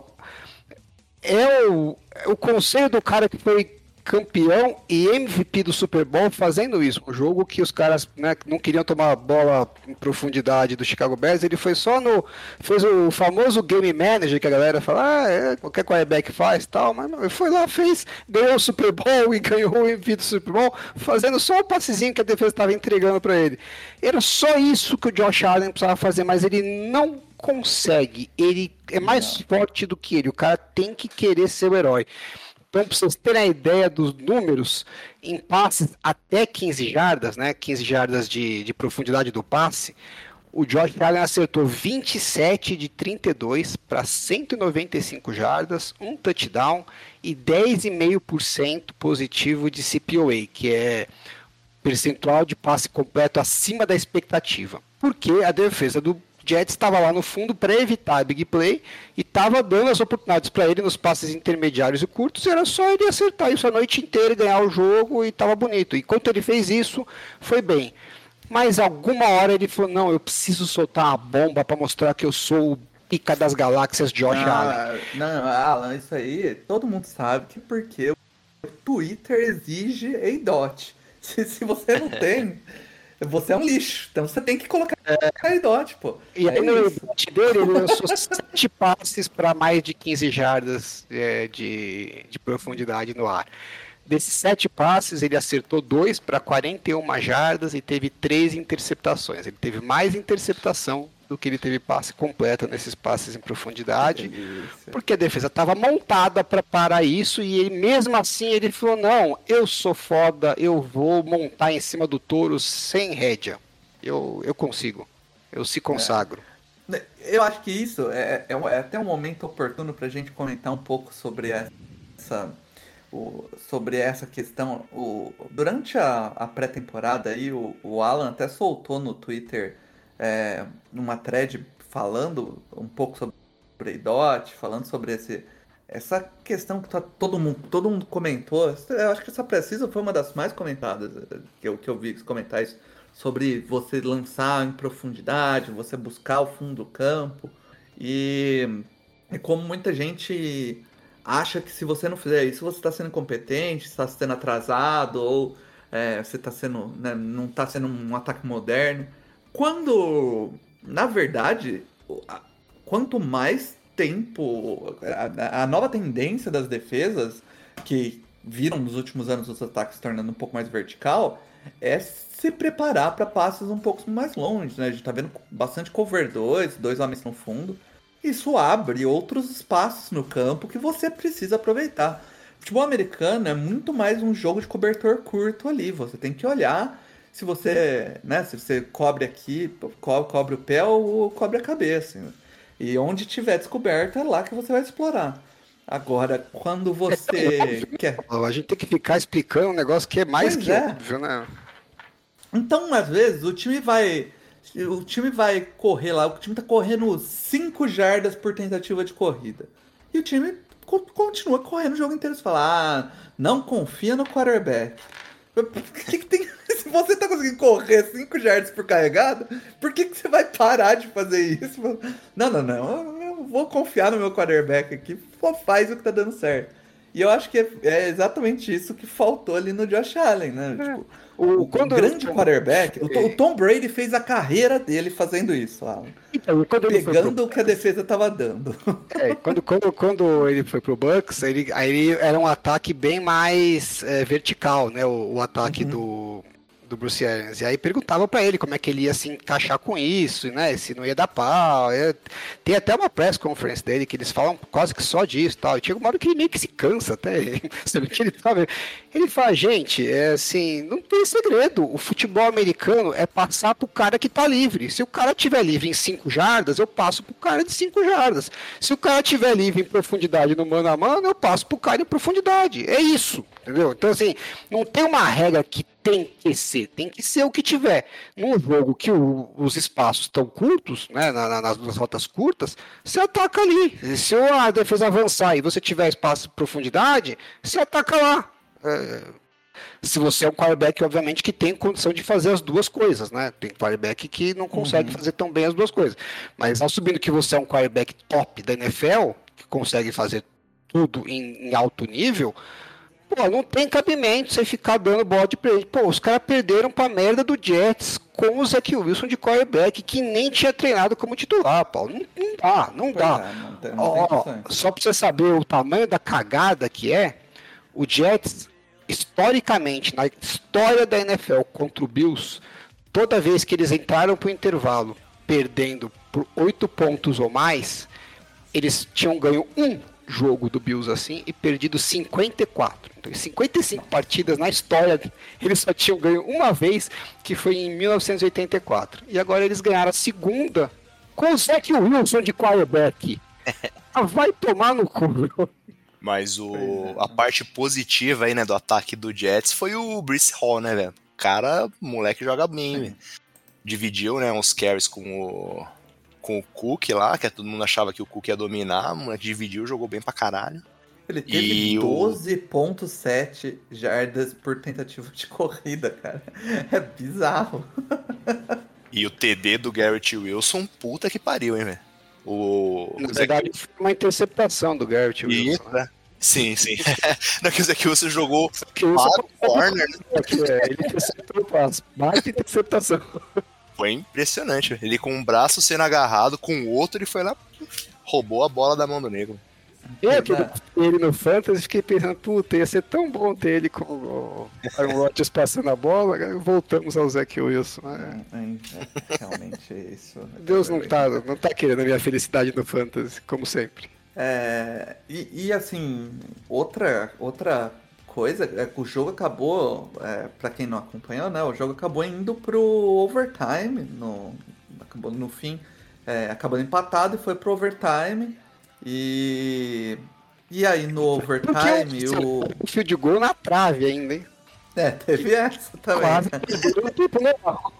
é o, é o conselho do cara que foi campeão e M V P do Super Bowl fazendo isso. Um jogo que os caras, né, não queriam tomar a bola em profundidade do Chicago Bears, ele foi só no... fez o famoso game manager que a galera fala, ah, é, qualquer quarterback faz e tal, mas não, ele foi lá, fez, ganhou o Super Bowl e ganhou o M V P do Super Bowl, fazendo só o passezinho que a defesa estava entregando para ele. Era só isso que o Josh Allen precisava fazer, mas ele não consegue. Ele é mais forte do que ele. O cara tem que querer ser o herói. Então, para vocês terem a ideia dos números, em passes até quinze jardas, né, quinze jardas de, de profundidade do passe, o Josh Allen acertou vinte e sete de trinta e dois para cento e noventa e cinco jardas, um touchdown e dez vírgula cinco por cento positivo de C P O A, que é percentual de passe completo acima da expectativa. Porque a defesa do Jets estava lá no fundo para evitar a big play e estava dando as oportunidades para ele nos passes intermediários e curtos, era só ele acertar isso a noite inteira e ganhar o jogo e estava bonito. Enquanto ele fez isso, foi bem. Mas alguma hora ele falou, não, eu preciso soltar uma bomba para mostrar que eu sou o pica das galáxias Josh Allen. Ah, não, Alan, isso aí todo mundo sabe que porque o Twitter exige A D O T. Se, se você não tem, você é um lixo. Então você tem que colocar A D O T, pô. E aí É no isso. debate dele, ele lançou sete passes para mais de quinze jardas é, de, de profundidade no ar. Desses sete passes, ele acertou dois para quarenta e uma jardas e teve três interceptações. Ele teve mais interceptação do que ele teve passe completo nesses passes em profundidade, Isso. porque a defesa estava montada para parar isso e ele, mesmo assim ele falou, não, eu sou foda, eu vou montar em cima do touro sem rédea. Eu, eu consigo, eu se consagro. Eu acho que isso é, é, um- é até um momento oportuno para a gente comentar um pouco sobre essa, o- sobre essa questão. O, durante a, a pré-temporada, aí, o, o Alan até soltou no Twitter é, numa thread falando um pouco sobre A D O T, falando sobre esse, essa questão que tá, todo, mundo, todo mundo comentou. Eu acho que essa precisa foi uma das mais comentadas que eu, que eu vi comentar isso sobre você lançar em profundidade, você buscar o fundo do campo. E é como muita gente acha que se você não fizer isso, você está sendo incompetente, está sendo atrasado, ou é, você tá sendo, né, não está sendo um ataque moderno. Quando, na verdade, quanto mais tempo, a, a nova tendência das defesas, que viram nos últimos anos os ataques se tornando um pouco mais vertical, é se preparar para passes um pouco mais longe, né? A gente tá vendo bastante cover dois, dois homens no fundo. Isso abre outros espaços no campo que você precisa aproveitar. O futebol americano é muito mais um jogo de cobertor curto ali. Você tem que olhar se você, né, se você cobre aqui, co- cobre o pé ou cobre a cabeça. E onde tiver descoberto é lá que você vai explorar. Agora, quando você quer... A gente tem que ficar explicando um negócio que é mais Pois que é. óbvio, né? Então, às vezes, o time vai. O time vai correr lá, o time tá correndo cinco jardas por tentativa de corrida. E o time co- continua correndo o jogo inteiro. Você fala, ah, não confia no quarterback. Que que tem... Se você tá conseguindo correr cinco jardas por carregada, por que, que você vai parar de fazer isso? Não, não, não. Eu vou confiar no meu quarterback aqui. Pô, faz o que tá dando certo. E eu acho que é, é exatamente isso que faltou ali no Josh Allen, né? É. Tipo, O- o quando- grande quarterback, o, Tom- É. o Tom Brady fez a carreira dele fazendo isso, Alan. Então, quando ele foi Pegando pro- o que a defesa tava dando. É, quando, quando, quando ele foi pro Bucks, ele, aí ele era um ataque bem mais é, vertical, né? O, o ataque do, do Bruce Arians. E aí perguntavam pra ele como é que ele ia se encaixar com isso, né? Se não ia dar pau. É, tem até uma press conference dele que eles falam quase que só disso e tal. E chega uma hora que ele meio que se cansa até. Sabe que ele tava. Ele fala, gente, é assim, não tem segredo. O futebol americano é passar pro cara que tá livre. Se o cara tiver livre em cinco jardas, eu passo pro cara de cinco jardas. Se o cara tiver livre em profundidade no mano a mano, eu passo pro cara em profundidade. É isso, entendeu? Então, assim, não tem uma regra que tem que ser, tem que ser o que tiver. Num jogo que o- os espaços estão curtos, né, na- na- nas duas rotas curtas, você ataca ali. Se a defesa avançar e você tiver espaço de profundidade, você ataca lá. É, se você é um quarterback, obviamente, que tem condição de fazer as duas coisas, né? Tem quarterback que não consegue fazer tão bem as duas coisas. Mas assumindo que você é um quarterback top da N F L, que consegue fazer tudo em, em alto nível, pô, não tem cabimento você ficar dando bode pra ele. Pô, os caras perderam pra merda do Jets com o Zach Wilson de quarterback, que nem tinha treinado como titular, Paulo. Não, não dá, não Pois dá. é, não tem- não Ó, tem ó, condições. só pra você saber o tamanho da cagada que é, o Jets, historicamente, na história da N F L contra o Bills, toda vez que eles entraram pro intervalo perdendo por oito pontos ou mais, eles tinham ganho um jogo do Bills assim e perdido cinquenta e quatro. Então, em cinquenta e cinco partidas na história, eles só tinham ganho uma vez, que foi em mil novecentos e oitenta e quatro. E agora eles ganharam a segunda com o Zach Wilson de quarterback. Ah, vai tomar no cu. Mas o, a parte positiva aí, né, do ataque do Jets foi o Breece Hall, né, velho? O cara, o moleque joga bem, velho. Dividiu, né, uns carries com o, com o Cook lá, que todo mundo achava que o Cook ia dominar. O moleque dividiu, jogou bem pra caralho. Ele teve E o- doze vírgula sete jardas por tentativa de corrida, cara. É bizarro. E o T D do Garrett Wilson, puta que pariu, hein, velho? O, Na o Zach- verdade, foi uma interceptação do Garrett Wilson. Isso, né? Sim, sim. Não, que o Zach Wilson jogou Que o Wilson quatro corner, né? é, ele interceptou o passe. Mais interceptação. Foi impressionante, velho. Ele com um braço sendo agarrado, com o outro ele foi lá, roubou a bola da mão do negro. Eu que ele no Fantasy, fiquei pensando, puta, ia ser tão bom ter ele com o Aaron Rodgers passando a bola. Agora voltamos ao Zach Wilson. né? É, é, realmente isso. Deus não tá, não tá querendo a minha felicidade no Fantasy, como sempre. É, e, e, assim, outra, outra coisa é que o jogo acabou, é, para quem não acompanhou, né? O jogo acabou indo pro overtime, no, acabou no fim, é, acabou empatado e foi pro overtime. E, e aí no overtime o. O field goal na trave ainda, hein? É, teve essa também. Quase né? perdeu no tempo normal.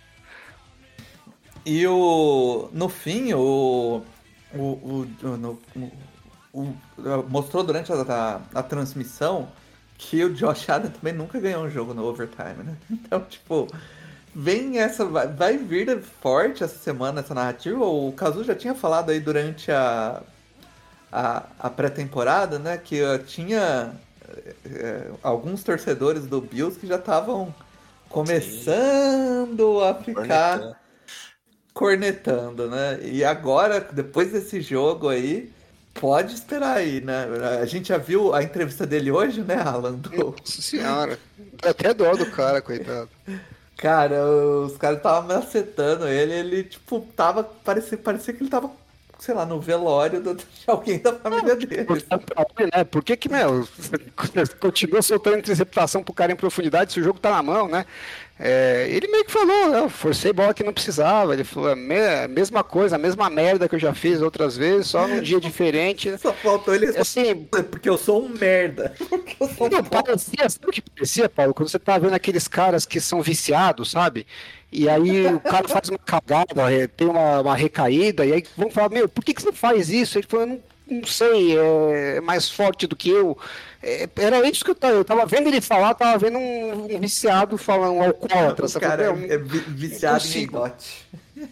E o. No fim, o. O. o, o, no- o- o- mostrou durante a, a, a transmissão que o Josh Allen também nunca ganhou um jogo no overtime, né? Então, tipo. vem essa. Vai, vai vir forte essa semana essa narrativa. O Kazu já tinha falado aí durante a, a, a pré-temporada, né? Que uh, tinha uh, alguns torcedores do Bills que já estavam começando Sim. a ficar cornetando. cornetando, né? E agora, depois desse jogo aí. Pode esperar aí, né? A gente já viu a entrevista dele hoje, né, Alan? Do... Nossa senhora. Até dó do cara, coitado. Cara, os caras estavam macetando ele, ele, tipo, tava. Parecia, parecia que ele tava, sei lá, no velório do, de alguém da família dele. Por, né? Por que que, meu, continua soltando interceptação pro cara em profundidade se o jogo tá na mão, né? É, ele meio que falou, eu forcei bola que não precisava. Ele falou, a me, mesma coisa, a mesma merda que eu já fiz outras vezes, só num dia diferente. Só faltou ele assim, porque eu sou um merda. Porque eu sou não, um parecia, sabe o que parecia, Paulo? Quando você tá vendo aqueles caras que são viciados, sabe? E aí o cara faz uma cagada, tem uma, uma recaída, e aí vão falar, meu, por que, que você faz isso? Ele falou, não, não sei, é mais forte do que eu. É, era isso que eu tava, eu tava vendo ele falar, tava vendo um, um viciado falando, um alcoólatra. O cara é, um, é viciado em igote.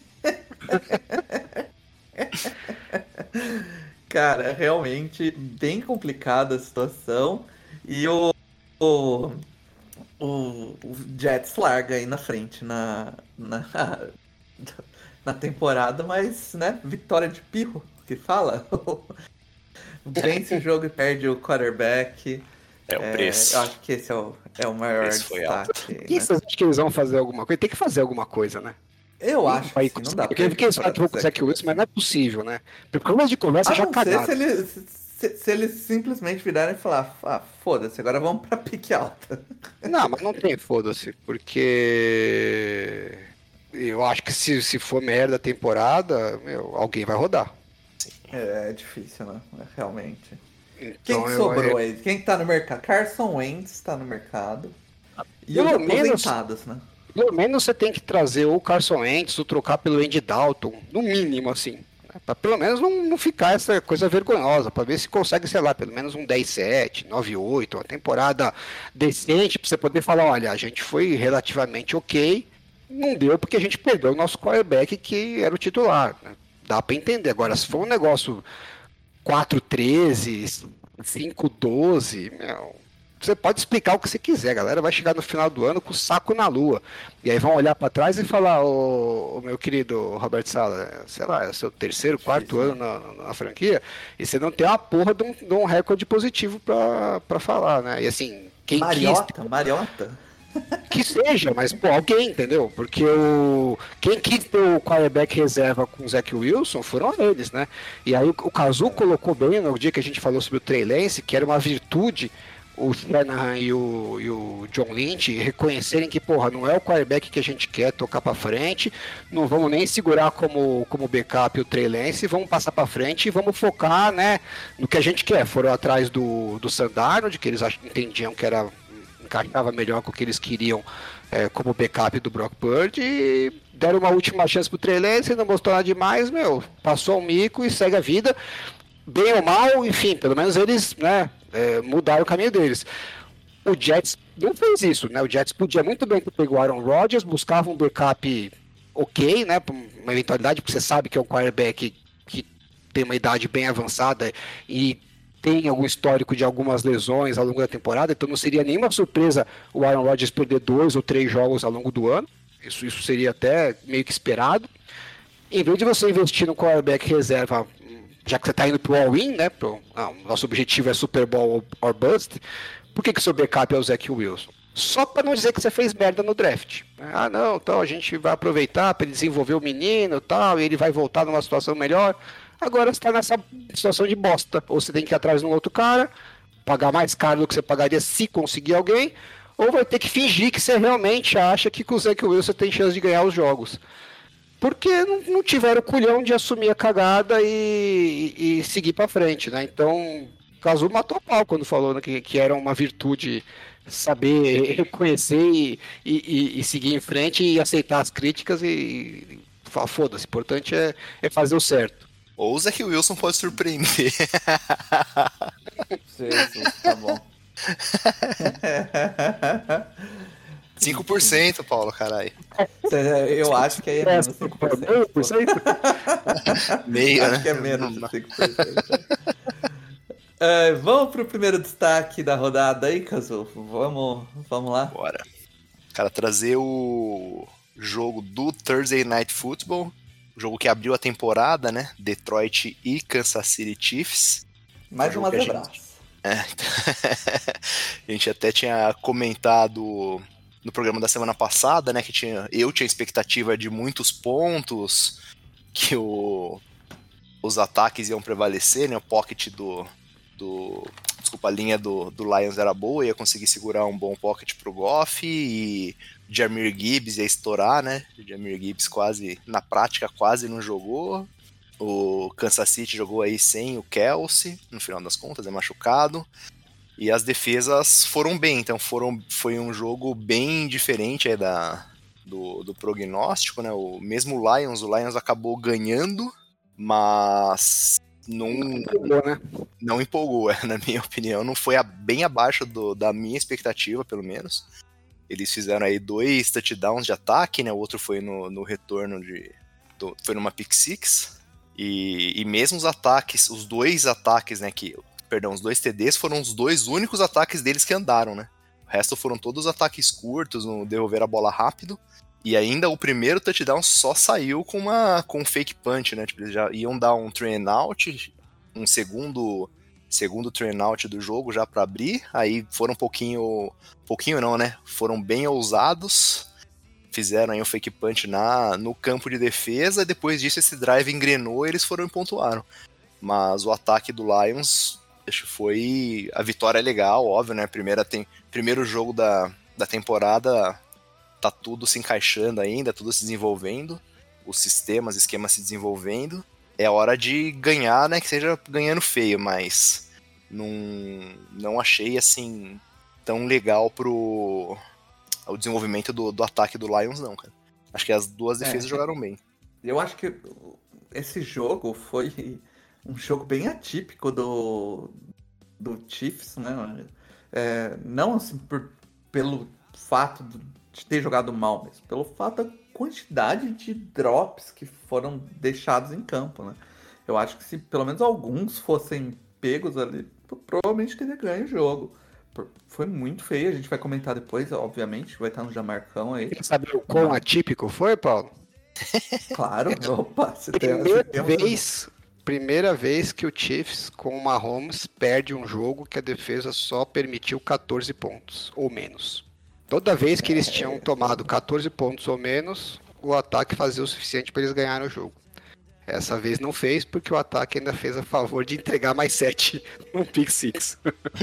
Cara, realmente bem complicada a situação. E o, o, o, o Jets larga aí na frente na, na, na temporada, mas, né, vitória de pirro, que fala. Vence o jogo e perde o quarterback. É o preço. É, eu acho que esse é o, é o maior destaque. Né? E vocês acham que eles vão fazer alguma coisa? Tem que fazer alguma coisa, né? Eu acho que sim, não dá pra Porque eles falam que vão com o Zach Wilson, mas não é possível, né? Porque começo de conversa já cagaram. Se eles, se, se eles simplesmente virarem e falar, ah, foda-se, agora vamos pra pique alta. Não, mas não tem foda-se, porque eu acho que se, se for merda a temporada, meu, alguém vai rodar. É, é difícil, né? Realmente. Então, Quem que eu, sobrou eu... aí? Quem que tá no mercado? Carson Wentz tá no mercado. E pelo os menos, aposentados, né? Pelo menos você tem que trazer ou o Carson Wentz ou trocar pelo Andy Dalton, no mínimo, assim. Né? Pra pelo menos não, não ficar essa coisa vergonhosa, pra ver se consegue, sei lá, pelo menos um dez sete, nove oito, uma temporada decente, pra você poder falar, olha, a gente foi relativamente ok, não deu porque a gente perdeu o nosso quarterback que era o titular, né? Dá pra entender. Agora, se for um negócio quatro treze, cinco doze, meu, você pode explicar o que você quiser. A galera vai chegar no final do ano com o saco na lua. E aí vão olhar pra trás e falar, ô, ô meu querido Roberto Sala, sei lá, é o seu terceiro, quarto ano na, na franquia, e você não tem uma porra de um, de um recorde positivo pra, pra falar, né? E assim, quem Mariota, quis... Mariota. Que seja, mas pô, alguém, entendeu? Porque o quem quis ter o quarterback reserva com o Zach Wilson foram eles, né? E aí o, o Kazu colocou bem no dia que a gente falou sobre o Trey Lance, que era uma virtude o Shanahan e o, e o John Lynch reconhecerem que, porra, não é o quarterback que a gente quer tocar pra frente, não vamos nem segurar como, como backup o Trey Lance, vamos passar pra frente e vamos focar, né, no que a gente quer. Foram atrás do, do Sam Darnold, que eles entendiam que era encaixava melhor com o que eles queriam é, como backup do Brock Purdy, e deram uma última chance pro Trey Lance, não mostrou nada demais, meu, passou um mico e segue a vida, bem ou mal, enfim, pelo menos eles, né, é, mudaram o caminho deles. O Jets não fez isso, né, o Jets podia muito bem ter pego o Aaron Rodgers, buscava um backup ok, né, uma eventualidade, porque você sabe que é um quarterback que tem uma idade bem avançada e tem algum histórico de algumas lesões ao longo da temporada, então não seria nenhuma surpresa o Aaron Rodgers perder dois ou três jogos ao longo do ano, isso, isso seria até meio que esperado. Em vez de você investir no quarterback reserva, já que você está indo para o all-in, né, pro, não, nosso objetivo é Super Bowl or Bust, por que que seu backup é o Zach Wilson? Só para não dizer que você fez merda no draft. Ah não, então a gente vai aproveitar para ele desenvolver o menino e tal, e ele vai voltar numa situação melhor. Agora você está nessa situação de bosta. Ou você tem que ir atrás de um outro cara, pagar mais caro do que você pagaria se conseguir alguém, ou vai ter que fingir que você realmente acha que com o Zach Wilson tem chance de ganhar os jogos. Porque não, não tiveram o culhão de assumir a cagada e, e, e seguir para frente, né? Então, o Kazu matou a pau quando falou, né, que, que era uma virtude saber reconhecer e, e, e seguir em frente e aceitar as críticas e, e falar, foda-se, o importante é, é fazer o certo. Ou o Zach Wilson pode surpreender. Jesus, tá bom. cinco por cento, Paulo, caralho. Eu acho que aí é menos cinco por cento. Meio por cento? Meio, Acho né? que é menos de cinco por cento. É, vamos pro primeiro destaque da rodada aí, Kazu? Vamos, vamos lá. Bora. Cara, trazer o jogo do Thursday Night Football, o jogo que abriu a temporada, né? Detroit e Kansas City Chiefs. Mais Um uma jogo que zebraça. a gente- É, a gente até tinha comentado no programa da semana passada, né? Que tinha, eu tinha expectativa de muitos pontos, que o, os ataques iam prevalecer, né? O pocket do. do desculpa, a linha do, do Lions era boa, ia conseguir segurar um bom pocket pro Goff e Jahmyr Gibbs ia estourar, né? Jahmyr Gibbs quase, na prática, quase não jogou. O Kansas City jogou aí sem o Kelce, no final das contas, é machucado. E as defesas foram bem, então foram, foi um jogo bem diferente aí da, do, do prognóstico, né? O mesmo Lions, o Lions acabou ganhando, mas não, Empolgou, né? não empolgou, na minha opinião. Não foi a, bem abaixo do, da minha expectativa, pelo menos. Eles fizeram aí dois touchdowns de ataque, né? O outro foi no, no retorno de... Do, foi numa pick six. E, e mesmo os ataques, os dois ataques, né, que, perdão, os dois T Ds foram os dois únicos ataques deles que andaram, né? O resto foram todos ataques curtos, no devolver a bola rápido. E ainda o primeiro touchdown só saiu com uma com um fake punch, né? Tipo, eles já iam dar um train out, um segundo segundo train out do jogo já para abrir. Aí foram um pouquinho, pouquinho não, né? Foram bem ousados. Fizeram aí um fake punch na, no campo de defesa, depois disso esse drive engrenou e eles foram e pontuaram. Mas o ataque do Lions, acho que foi... A vitória é legal, óbvio, né? Primeira tem, primeiro jogo da, da temporada, tá tudo se encaixando ainda, tudo se desenvolvendo, os sistemas, esquemas se desenvolvendo. É hora de ganhar, né? Que seja ganhando feio, mas não, não achei, assim, tão legal pro... o desenvolvimento do, do ataque do Lions, não, cara. Acho que as duas defesas É. jogaram bem. Eu acho que esse jogo foi um jogo bem atípico do, do Chiefs, né? É, não assim por, pelo fato de ter jogado mal, mas pelo fato da quantidade de drops que foram deixados em campo, né? Eu acho que se pelo menos alguns fossem pegos ali, provavelmente teria ganho o jogo. Foi muito feio, a gente vai comentar depois, obviamente, vai estar no Jamarcão aí. Quer saber o quão atípico foi, Paulo? Claro, opa, você tem, Primeira você tem um- vez, primeira vez que o Chiefs com o Mahomes perde um jogo que a defesa só permitiu catorze pontos ou menos. Toda vez que eles tinham tomado catorze pontos ou menos, o ataque fazia o suficiente para eles ganharem o jogo. Essa vez não fez, porque o ataque ainda fez a favor de entregar mais sete no pick six.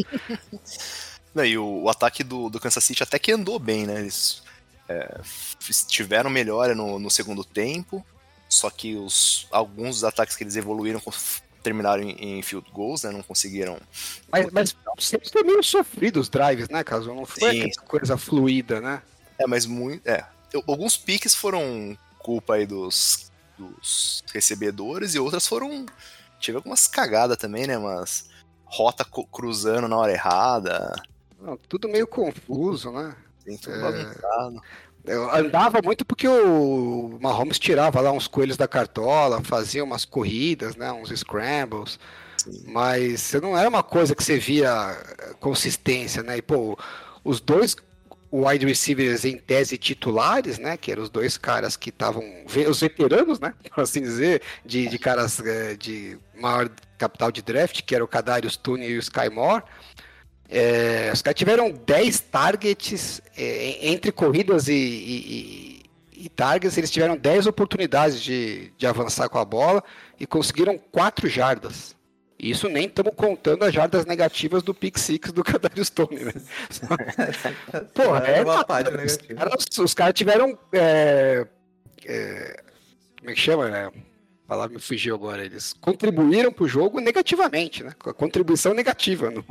Não, e o, o ataque do, do Kansas City até que andou bem, né? Eles é, tiveram melhora no, no segundo tempo, só que os, alguns dos ataques que eles evoluíram terminaram em, em field goals, né? Não conseguiram... Mas, mas sempre foi meio sofrido os drives, né, Caso? Não foi Sim. aquela coisa fluida, né? É, mas muito... É, alguns piques foram culpa aí dos, dos recebedores e outras foram... Tive algumas cagadas também, né? Mas rota cruzando na hora errada... Não, tudo meio confuso, né? Tem tudo É. bagunçado. Eu andava muito porque o Mahomes tirava lá uns coelhos da cartola, fazia umas corridas, né, uns scrambles, Sim. mas não era uma coisa que você via consistência, né? E pô, os dois wide receivers em tese titulares, né, que eram os dois caras que estavam, os veteranos, né, por assim dizer, de, de caras é, de maior capital de draft, que era o Kadarius Toney e o Sky Moore. É, os caras tiveram dez targets é, entre corridas e, e, e, e targets, eles tiveram dez oportunidades de, de avançar com a bola e conseguiram quatro jardas. Isso nem estamos contando as jardas negativas do pick six do Kadarius Toney, né? Porra, é uma nada. parte Os negativa. caras, os caras tiveram é, é, como é que chama, né? A palavra me fugiu agora. Eles contribuíram para o jogo negativamente, né? Com a contribuição negativa no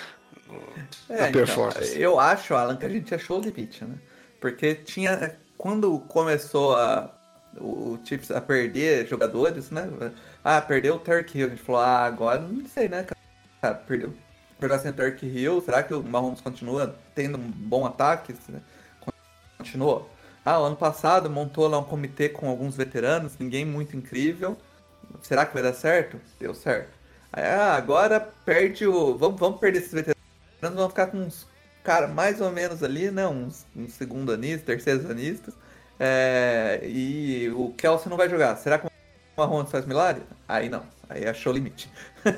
É, na então, performance. eu acho, Alan, que a gente achou o limite, né? Porque tinha. Quando começou a, o Chiefs a perder jogadores, né? Ah, perdeu o Tyreek Hill. A gente falou, ah, agora não sei, né, cara? Perdeu. Perdeu sem o Tyreek Hill. Será que o Mahomes continua tendo um bom ataque? Continuou. Ah, o ano passado montou lá um comitê com alguns veteranos, ninguém muito incrível. Será que vai dar certo? Deu certo. Aí, ah, agora perde o... Vamos, vamos perder esses veteranos, vamos ficar com uns caras mais ou menos ali, né? Uns, uns segundo anistas, terceiros anistas. É... E o Kelce não vai jogar. Será que o Mahomes faz milagre? Aí não. Aí achou o limite.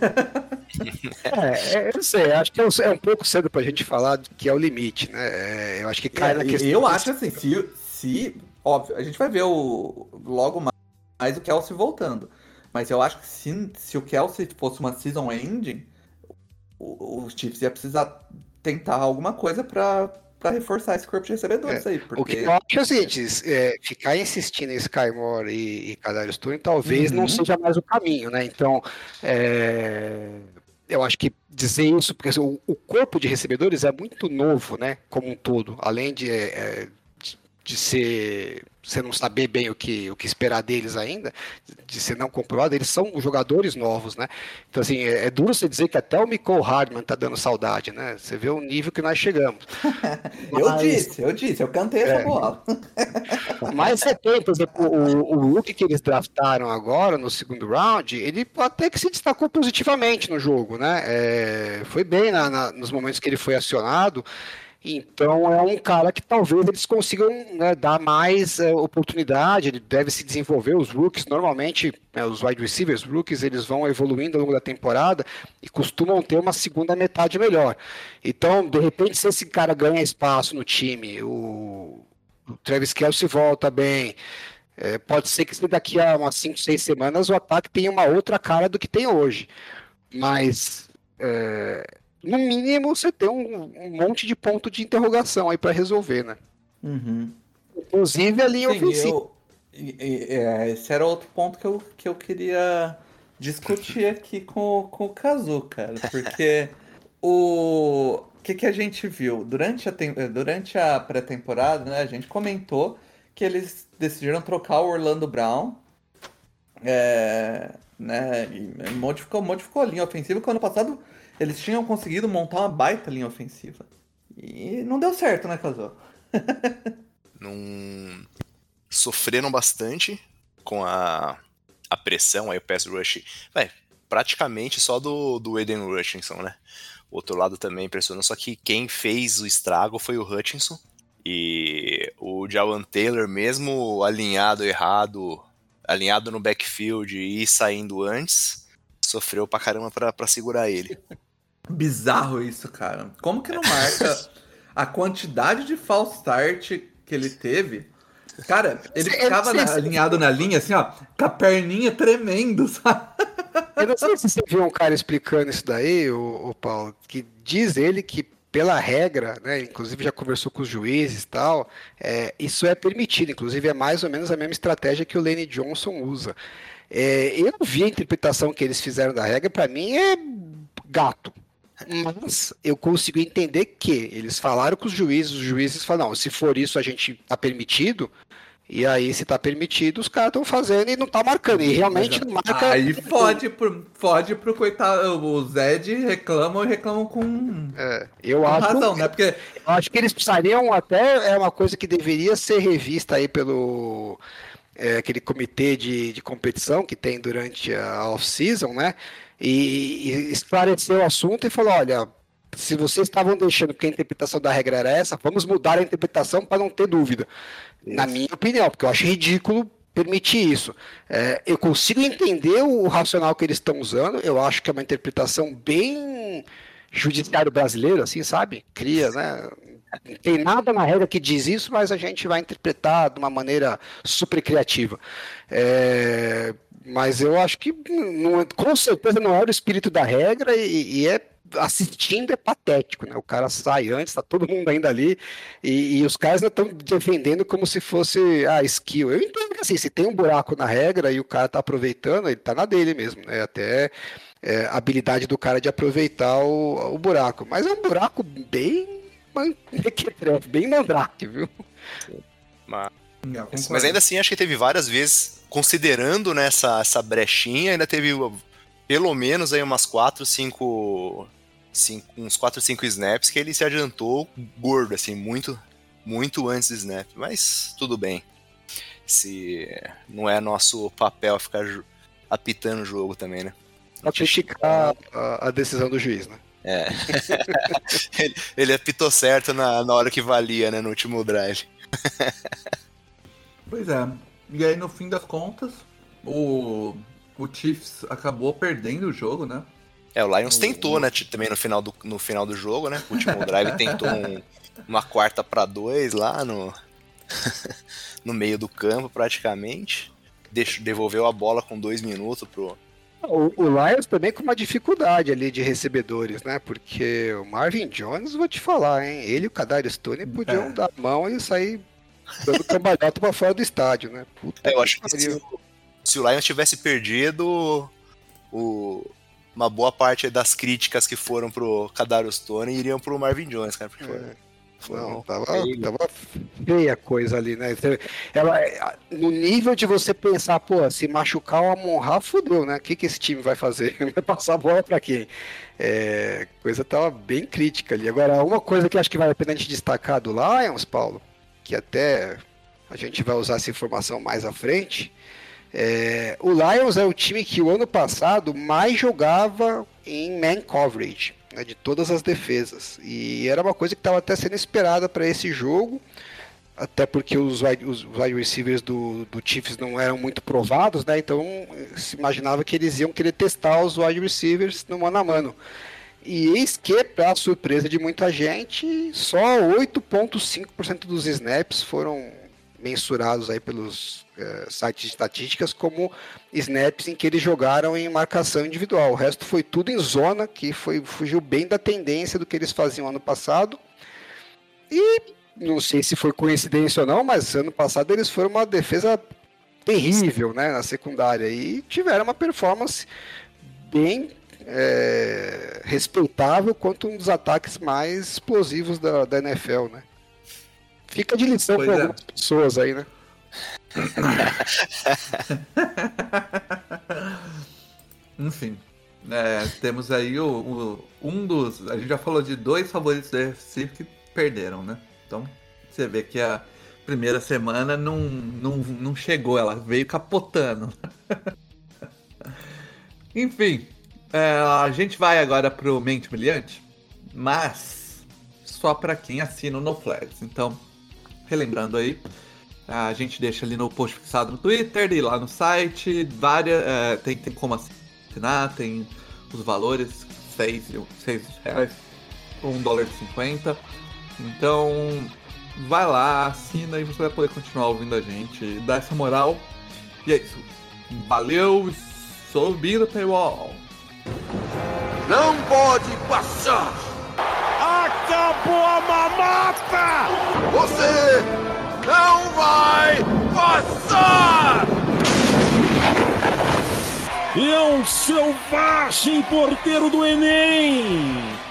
É, eu não sei, acho que é um, é um pouco cedo pra gente falar que é o limite, né? É, eu acho que cai É, na questão. eu acho assim, se, se. Óbvio, a gente vai ver o, logo mais, mais o Kelce voltando. Mas eu acho que se, se o Kelce fosse uma season ending, o- os Chiefs ia precisar tentar alguma coisa pra, pra reforçar esse corpo de recebedores É, aí. O que Porque. eu acho é o seguinte, é, ficar insistindo em Sky Moore e, e Kadarius Toney talvez não Uhum. seja mais o caminho, né? Então, é, eu acho que dizer isso, porque assim, o, o corpo de recebedores é muito novo, né? Como um todo, além de, é, de, de ser você não saber bem o que, o que esperar deles ainda, de ser não comprovado, eles são jogadores novos, né? Então, assim, é, é duro você dizer que até o Mecole Hardman tá dando saudade, né? Você vê o nível que nós chegamos. Eu Mas- disse, eu disse, eu cantei essa É. bola. Mas você tem, por exemplo, o, o rookie que eles draftaram agora no segundo round, ele até que se destacou positivamente no jogo, né? É, foi bem na- na- nos momentos que ele foi acionado. Então é um cara que talvez eles consigam, né, dar mais é, oportunidade, ele deve se desenvolver. Os rookies, normalmente, né, os wide receivers, rookies, eles vão evoluindo ao longo da temporada e costumam ter uma segunda metade melhor. Então, de repente, se esse cara ganha espaço no time, o, o Travis Kelce volta bem, é, pode ser que daqui a umas cinco, seis semanas o ataque tenha uma outra cara do que tem hoje. Mas, é, no mínimo, você tem um, um monte de ponto de interrogação aí para resolver, né? Uhum. Inclusive a linha Sim, ofensiva. eu, e- e- é, esse era outro ponto que eu, que eu queria discutir aqui com, com o Kazu, cara. Porque o que, que a gente viu? Durante a, tem- durante a pré-temporada, né, a gente comentou que eles decidiram trocar o Orlando Brown. É, né, e modificou, modificou a linha ofensiva, que ano passado eles tinham conseguido montar uma baita linha ofensiva. E não deu certo, né, Kazu? Não sofreram bastante com a, a pressão aí, o pass rush. Vai, praticamente só do, do Aiden Hutchinson, né? O outro lado também impressionou, só que quem fez o estrago foi o Hutchinson. E o Jawan Taylor, mesmo alinhado errado, alinhado no backfield e saindo antes, sofreu pra caramba pra, pra segurar ele. Bizarro isso, cara. Como que não marca a quantidade de false start que ele teve? Cara, ele Eu ficava não sei na- se- alinhado na linha, assim, ó, com a perninha tremendo, sabe? Eu não sei se você viu um cara explicando isso daí, o, Paulo, que diz ele que pela regra, né, inclusive já conversou com os juízes e tal, é, isso é permitido, inclusive é mais ou menos a mesma estratégia que o Lane Johnson usa. É, eu não vi a interpretação que eles fizeram da regra, para mim é gato. Mas eu consigo entender que eles falaram com os juízes, os juízes falaram, não, se for isso a gente tá permitido, e aí se tá permitido, os caras estão fazendo e não tá marcando, e realmente não marca. Aí fode pro, fode pro coitado, o Zed reclamam e reclamam com, É, eu com acho, razão, né? Porque eu acho que eles precisariam até, é uma coisa que deveria ser revista aí pelo é, aquele comitê de, de competição que tem durante a off-season, né? E, e esclarecer o assunto e falar, olha, se vocês estavam deixando que a interpretação da regra era essa, vamos mudar a interpretação para não ter dúvida. Na minha opinião, porque eu acho ridículo permitir isso. É, eu consigo entender o racional que eles estão usando, eu acho que é uma interpretação bem judiciário brasileiro, assim, sabe? Cria, né? Não tem nada na regra que diz isso, mas a gente vai interpretar de uma maneira super criativa. É, mas eu acho que não, com certeza não era o espírito da regra e, e é assistindo é patético, né? O cara sai antes, tá todo mundo ainda ali e, e os caras não estão defendendo como se fosse a ah, skill. Eu entendo que assim, se tem um buraco na regra e o cara tá aproveitando, ele tá na dele mesmo, né? Até é, a habilidade do cara de aproveitar o, o buraco. Mas é um buraco bem bem mandrake, viu? Mas, mas ainda assim, acho que teve várias vezes, considerando nessa essa brechinha, ainda teve pelo menos aí umas quatro, cinco, cinco uns quatro, cinco snaps que ele se adiantou gordo, assim, muito, muito antes do snap, mas tudo bem. Se não é nosso papel ficar ju- apitando o jogo também, né? Pra criticar a, a decisão do juiz, né? É. ele, ele apitou certo na, na hora que valia, né? No último drive. Pois é. E aí, no fim das contas, o, o Chiefs acabou perdendo o jogo, né? É, o Lions tentou, né? Também no final do, no final do jogo, né? O último drive tentou um, uma quarta para dois lá no, no meio do campo, praticamente. Deixou, devolveu a bola com dois minutos pro... O, o Lions também com uma dificuldade ali de recebedores, né? Porque o Marvin Jones, vou te falar, hein? Ele e o Kadarius Toney podiam é. dar a mão e sair dando cambalhota pra fora do estádio, né? Puta é, eu acho que se o, se o Lions tivesse perdido, o, uma boa parte das críticas que foram pro Kadarius Toney iriam pro Marvin Jones, cara. Porque é. Não, tava, tava feia a coisa ali, né? Ela, no nível de você pensar, pô, se machucar o Amon-Ra, fudeu, né? O que, que esse time vai fazer? Vai passar a bola pra quem? É, coisa tava bem crítica ali. Agora, uma coisa que acho que vale a pena a gente destacar do Lions, Paulo, que até a gente vai usar essa informação mais à frente, é, o Lions é o time que o ano passado mais jogava em man coverage, né, de todas as defesas, e era uma coisa que estava até sendo esperada para esse jogo, até porque os wide, os wide receivers do, do Chiefs não eram muito provados, né, então se imaginava que eles iam querer testar os wide receivers no mano a mano. E eis que, para surpresa de muita gente, só oito vírgula cinco por cento dos snaps foram mensurados aí pelos uh, sites de estatísticas como snaps em que eles jogaram em marcação individual. O resto foi tudo em zona, que foi, fugiu bem da tendência do que eles faziam ano passado. E não sei se foi coincidência ou não, mas ano passado eles foram uma defesa terrível, né, na secundária, e tiveram uma performance bem é, respeitável quanto um dos ataques mais explosivos da, da N F L, né? Fica de lição para é. algumas pessoas aí, né? Enfim, é, temos aí o, o, um dos... A gente já falou de dois favoritos da U F C que perderam, né? Então, você vê que a primeira semana não, não, não chegou, ela veio capotando. Enfim, é, a gente vai agora pro Mente Brilhante, mas só para quem assina o No Flags. Então, relembrando aí, a gente deixa ali no post fixado no Twitter e lá no site, várias, é, tem, tem como assinar, tem os valores, seis reais, um dólar e cinquenta. Então, vai lá, assina e você vai poder continuar ouvindo a gente, dar essa moral. E é isso. Valeu, subindo o paywall. Não pode passar! Acabou a mamata! Você não vai passar! E é um selvagem porteiro do Enem!